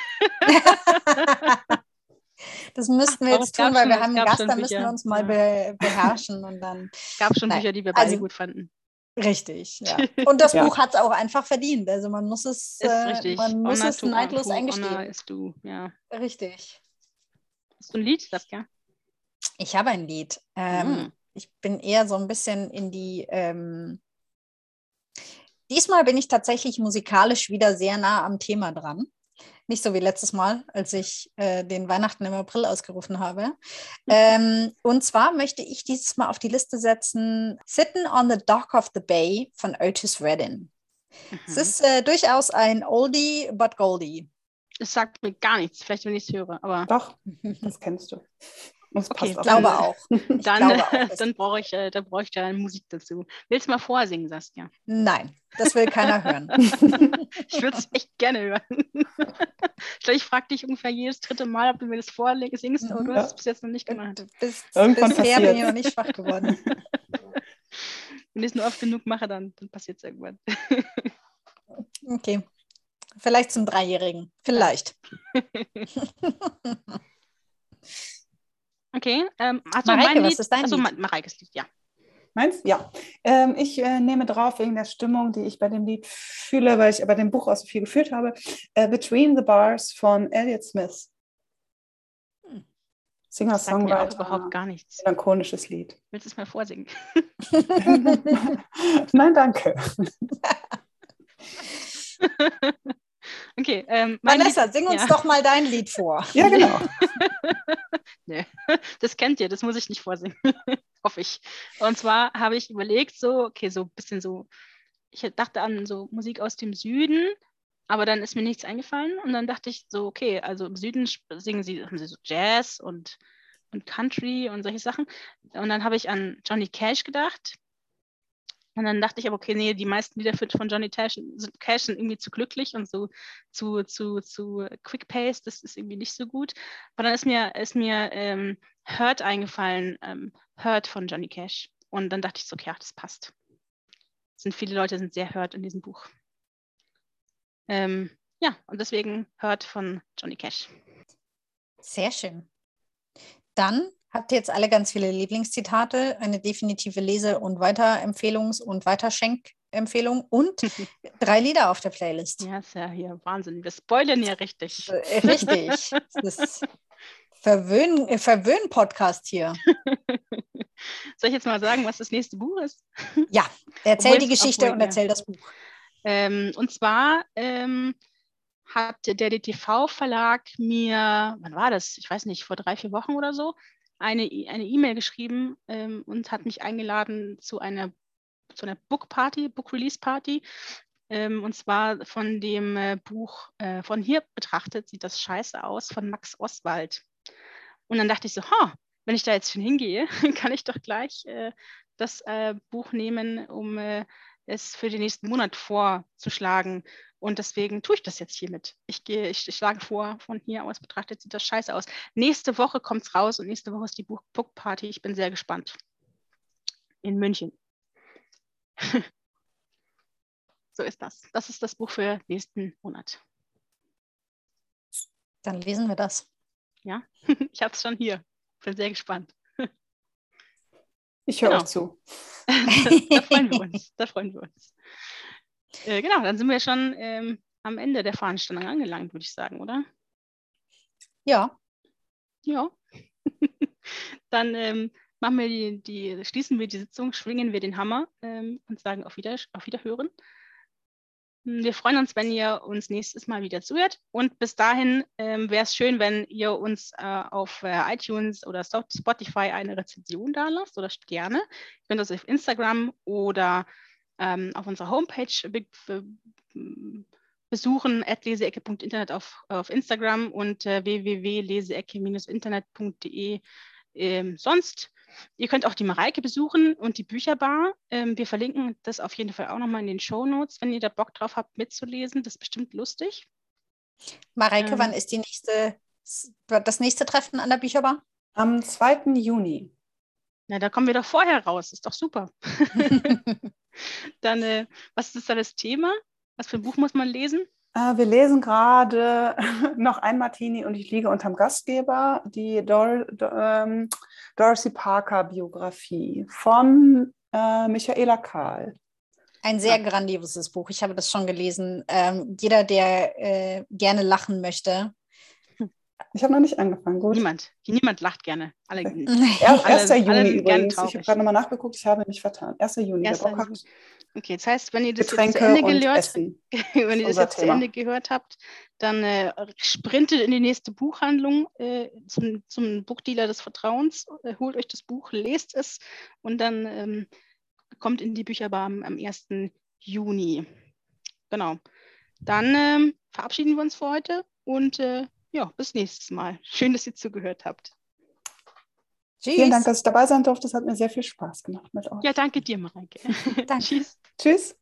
Das müssten wir Ach, jetzt es gab tun, weil schon- wir es haben einen gab Gast, schon da müssen Bücher, wir uns mal ja. be beherrschen und dann. Es gab schon Nein, Bücher, die wir beide also- gut fanden. Richtig, ja. Und das Ja. Buch hat es auch einfach verdient. Also man muss es, Ist äh, richtig. man muss Honor es to neidlos who eingestehen. honor is due, ja. Richtig. Hast du ein Lied, Saskia? Ich habe ein Lied. Ähm, Mm. Ich bin eher so ein bisschen in die. Ähm, diesmal bin ich tatsächlich musikalisch wieder sehr nah am Thema dran. Nicht so wie letztes Mal, als ich äh, den Weihnachten im April ausgerufen habe. ähm, und zwar möchte ich dieses Mal auf die Liste setzen Sitting on the Dock of the Bay von Otis Redding. Es Mhm. ist äh, durchaus ein Oldie but Goldie. Es sagt mir gar nichts, vielleicht wenn ich es höre, aber Doch, das kennst du. Das okay, passt auch. glaube auch. Ich dann, glaube auch, dass- dann brauche ich, äh, da brauche ich da Musik dazu. Willst du mal vorsingen, Saskia? Nein, das will keiner hören. Ich würde es echt gerne hören. Ich glaube, ich frage dich ungefähr jedes dritte Mal, ob du mir das vorsingst, aber du Mhm. hast es bis jetzt noch nicht gemacht. Und bis, Irgendwann bisher bin ich passiert's. noch nicht schwach geworden. Wenn ich es nur oft genug mache, dann, dann passiert es irgendwann. Okay. Vielleicht zum Dreijährigen. Vielleicht. Okay. Ähm, also Mareike, mein was Lied, ist dein also Lied? Ma- Mareikes Lied, ja. Meins? Ja. Ähm, ich äh, nehme drauf wegen der Stimmung, die ich bei dem Lied fühle, weil ich bei dem Buch auch so viel gefühlt habe. Äh, Between the Bars von Elliott Smith. Sagt mir auch Singer-Songwriter. überhaupt gar nichts. Melancholisches Lied. Willst du es mal vorsingen? Nein, danke. Okay. Ähm, mein Vanessa, Lied, sing uns ja. doch mal dein Lied vor. Ja, genau. Nee, das kennt ihr, das muss ich nicht vorsingen. Hoffe ich. Und zwar habe ich überlegt, so, okay, so ein bisschen so, ich dachte an so Musik aus dem Süden, aber dann ist mir nichts eingefallen und dann dachte ich so, okay, also im Süden sp- singen sie, haben sie so Jazz und, und Country und solche Sachen. Und dann habe ich an Johnny Cash gedacht. Und dann dachte ich aber, okay, nee, die meisten Lieder für- von Johnny Cash sind, Cash sind irgendwie zu glücklich und so zu, zu, zu quick-paced, das ist irgendwie nicht so gut. Aber dann ist mir, ist mir ähm, Hurt eingefallen, ähm, Hurt von Johnny Cash. Und dann dachte ich so, okay, ja, das passt. Es sind viele Leute, sind sehr Hurt in diesem Buch. Ähm, ja, und deswegen Hurt von Johnny Cash. Sehr schön. Dann habt ihr jetzt alle ganz viele Lieblingszitate, eine definitive Lese- und Weiterempfehlungs- und Weiterschenkempfehlung und drei Lieder auf der Playlist. Ja, ist ja hier Wahnsinn. Wir spoilern ja richtig. Äh, Richtig. Das ist Verwöhn, äh, Verwöhn-Podcast hier. Soll ich jetzt mal sagen, was das nächste Buch ist? Ja, erzähl Obwohl die es- Geschichte obwohl, und ja. erzähl das Buch. Ähm, und zwar ähm, hat der D T V-Verlag mir, wann war das? Ich weiß nicht, vor drei, vier Wochen oder so, eine E- eine E-Mail geschrieben ähm, und hat mich eingeladen zu einer, zu einer Book-Party, Book-Release-Party. Ähm, und zwar von dem äh, Buch äh, Von hier betrachtet sieht das scheiße aus von Max Oswald. Und dann dachte ich so, ha, wenn ich da jetzt schon hingehe, kann ich doch gleich äh, das äh, Buch nehmen, um äh, es für den nächsten Monat vorzuschlagen. Und deswegen tue ich das jetzt hiermit. Ich gehe, ich, ich schlage vor, von hier aus betrachtet sieht das scheiße aus. Nächste Woche kommt es raus und nächste Woche ist die Buch- Book-Party. Ich bin sehr gespannt. In München. So ist das. Das ist das Buch für nächsten Monat. Dann lesen wir das. Ja, ich habe es schon hier. Bin sehr gespannt. Ich höre Genau. euch zu. Da freuen wir uns. Da freuen wir uns. Äh, genau, dann sind wir schon ähm, am Ende der Veranstaltung angelangt, würde ich sagen, oder? Ja, Ja. Dann ähm, machen wir die, die, schließen wir die Sitzung, schwingen wir den Hammer ähm, und sagen auf, Wieder, auf Wiederhören. Wir freuen uns, wenn ihr uns nächstes Mal wieder zuhört. Und bis dahin ähm, wäre es schön, wenn ihr uns äh, auf äh, iTunes oder Spotify eine Rezension da lasst oder Sterne. Ihr könnt uns auf Instagram oder ähm, auf unserer Homepage be be besuchen, at leseecke punkt internet auf, auf Instagram und äh, w w w punkt leseecke internet punkt de ähm, sonst. Ihr könnt auch die Mareike besuchen und die Bücherbar. Ähm, wir verlinken das auf jeden Fall auch nochmal in den Shownotes, wenn ihr da Bock drauf habt, mitzulesen. Das ist bestimmt lustig. Mareike, Ähm. wann ist die nächste, das nächste Treffen an der Bücherbar? Am zweiten Juni. Na, da kommen wir doch vorher raus. Ist doch super. Dann, äh, was ist da das Thema? Was für ein Buch muss man lesen? Äh, wir lesen gerade noch ein Martini und ich liege unterm Gastgeber, die Dor Dor ähm, Dorothy Parker Biografie von äh, Michaela Kahl. Ein sehr grandioses Buch. Ich habe das schon gelesen. Ähm, jeder, der äh, gerne lachen möchte. Ich habe noch nicht angefangen, gut. Niemand. Niemand lacht gerne. Alle, Er, alle, erster Juni alle sind gern übrigens. Ich habe traurig. gerade nochmal nachgeguckt, ich habe mich vertan. erster Juni, erster der Bock hat. Okay, das heißt, wenn ihr das Getränke jetzt zu Ende und gehört, Essen. wenn ihr das unser jetzt zu Thema. Ende gehört habt, dann äh, sprintet in die nächste Buchhandlung äh, zum, zum Buchdealer des Vertrauens, äh, holt euch das Buch, lest es und dann ähm, kommt in die Bücherbar am, am ersten Juni. Genau. Dann ähm, verabschieden wir uns für heute und äh, ja, bis nächstes Mal. Schön, dass ihr zugehört habt. Tschüss. Vielen Dank, dass ich dabei sein durfte. Es hat mir sehr viel Spaß gemacht mit euch. Ja, danke dir, Mareike. Danke. Tschüss. Tschüss.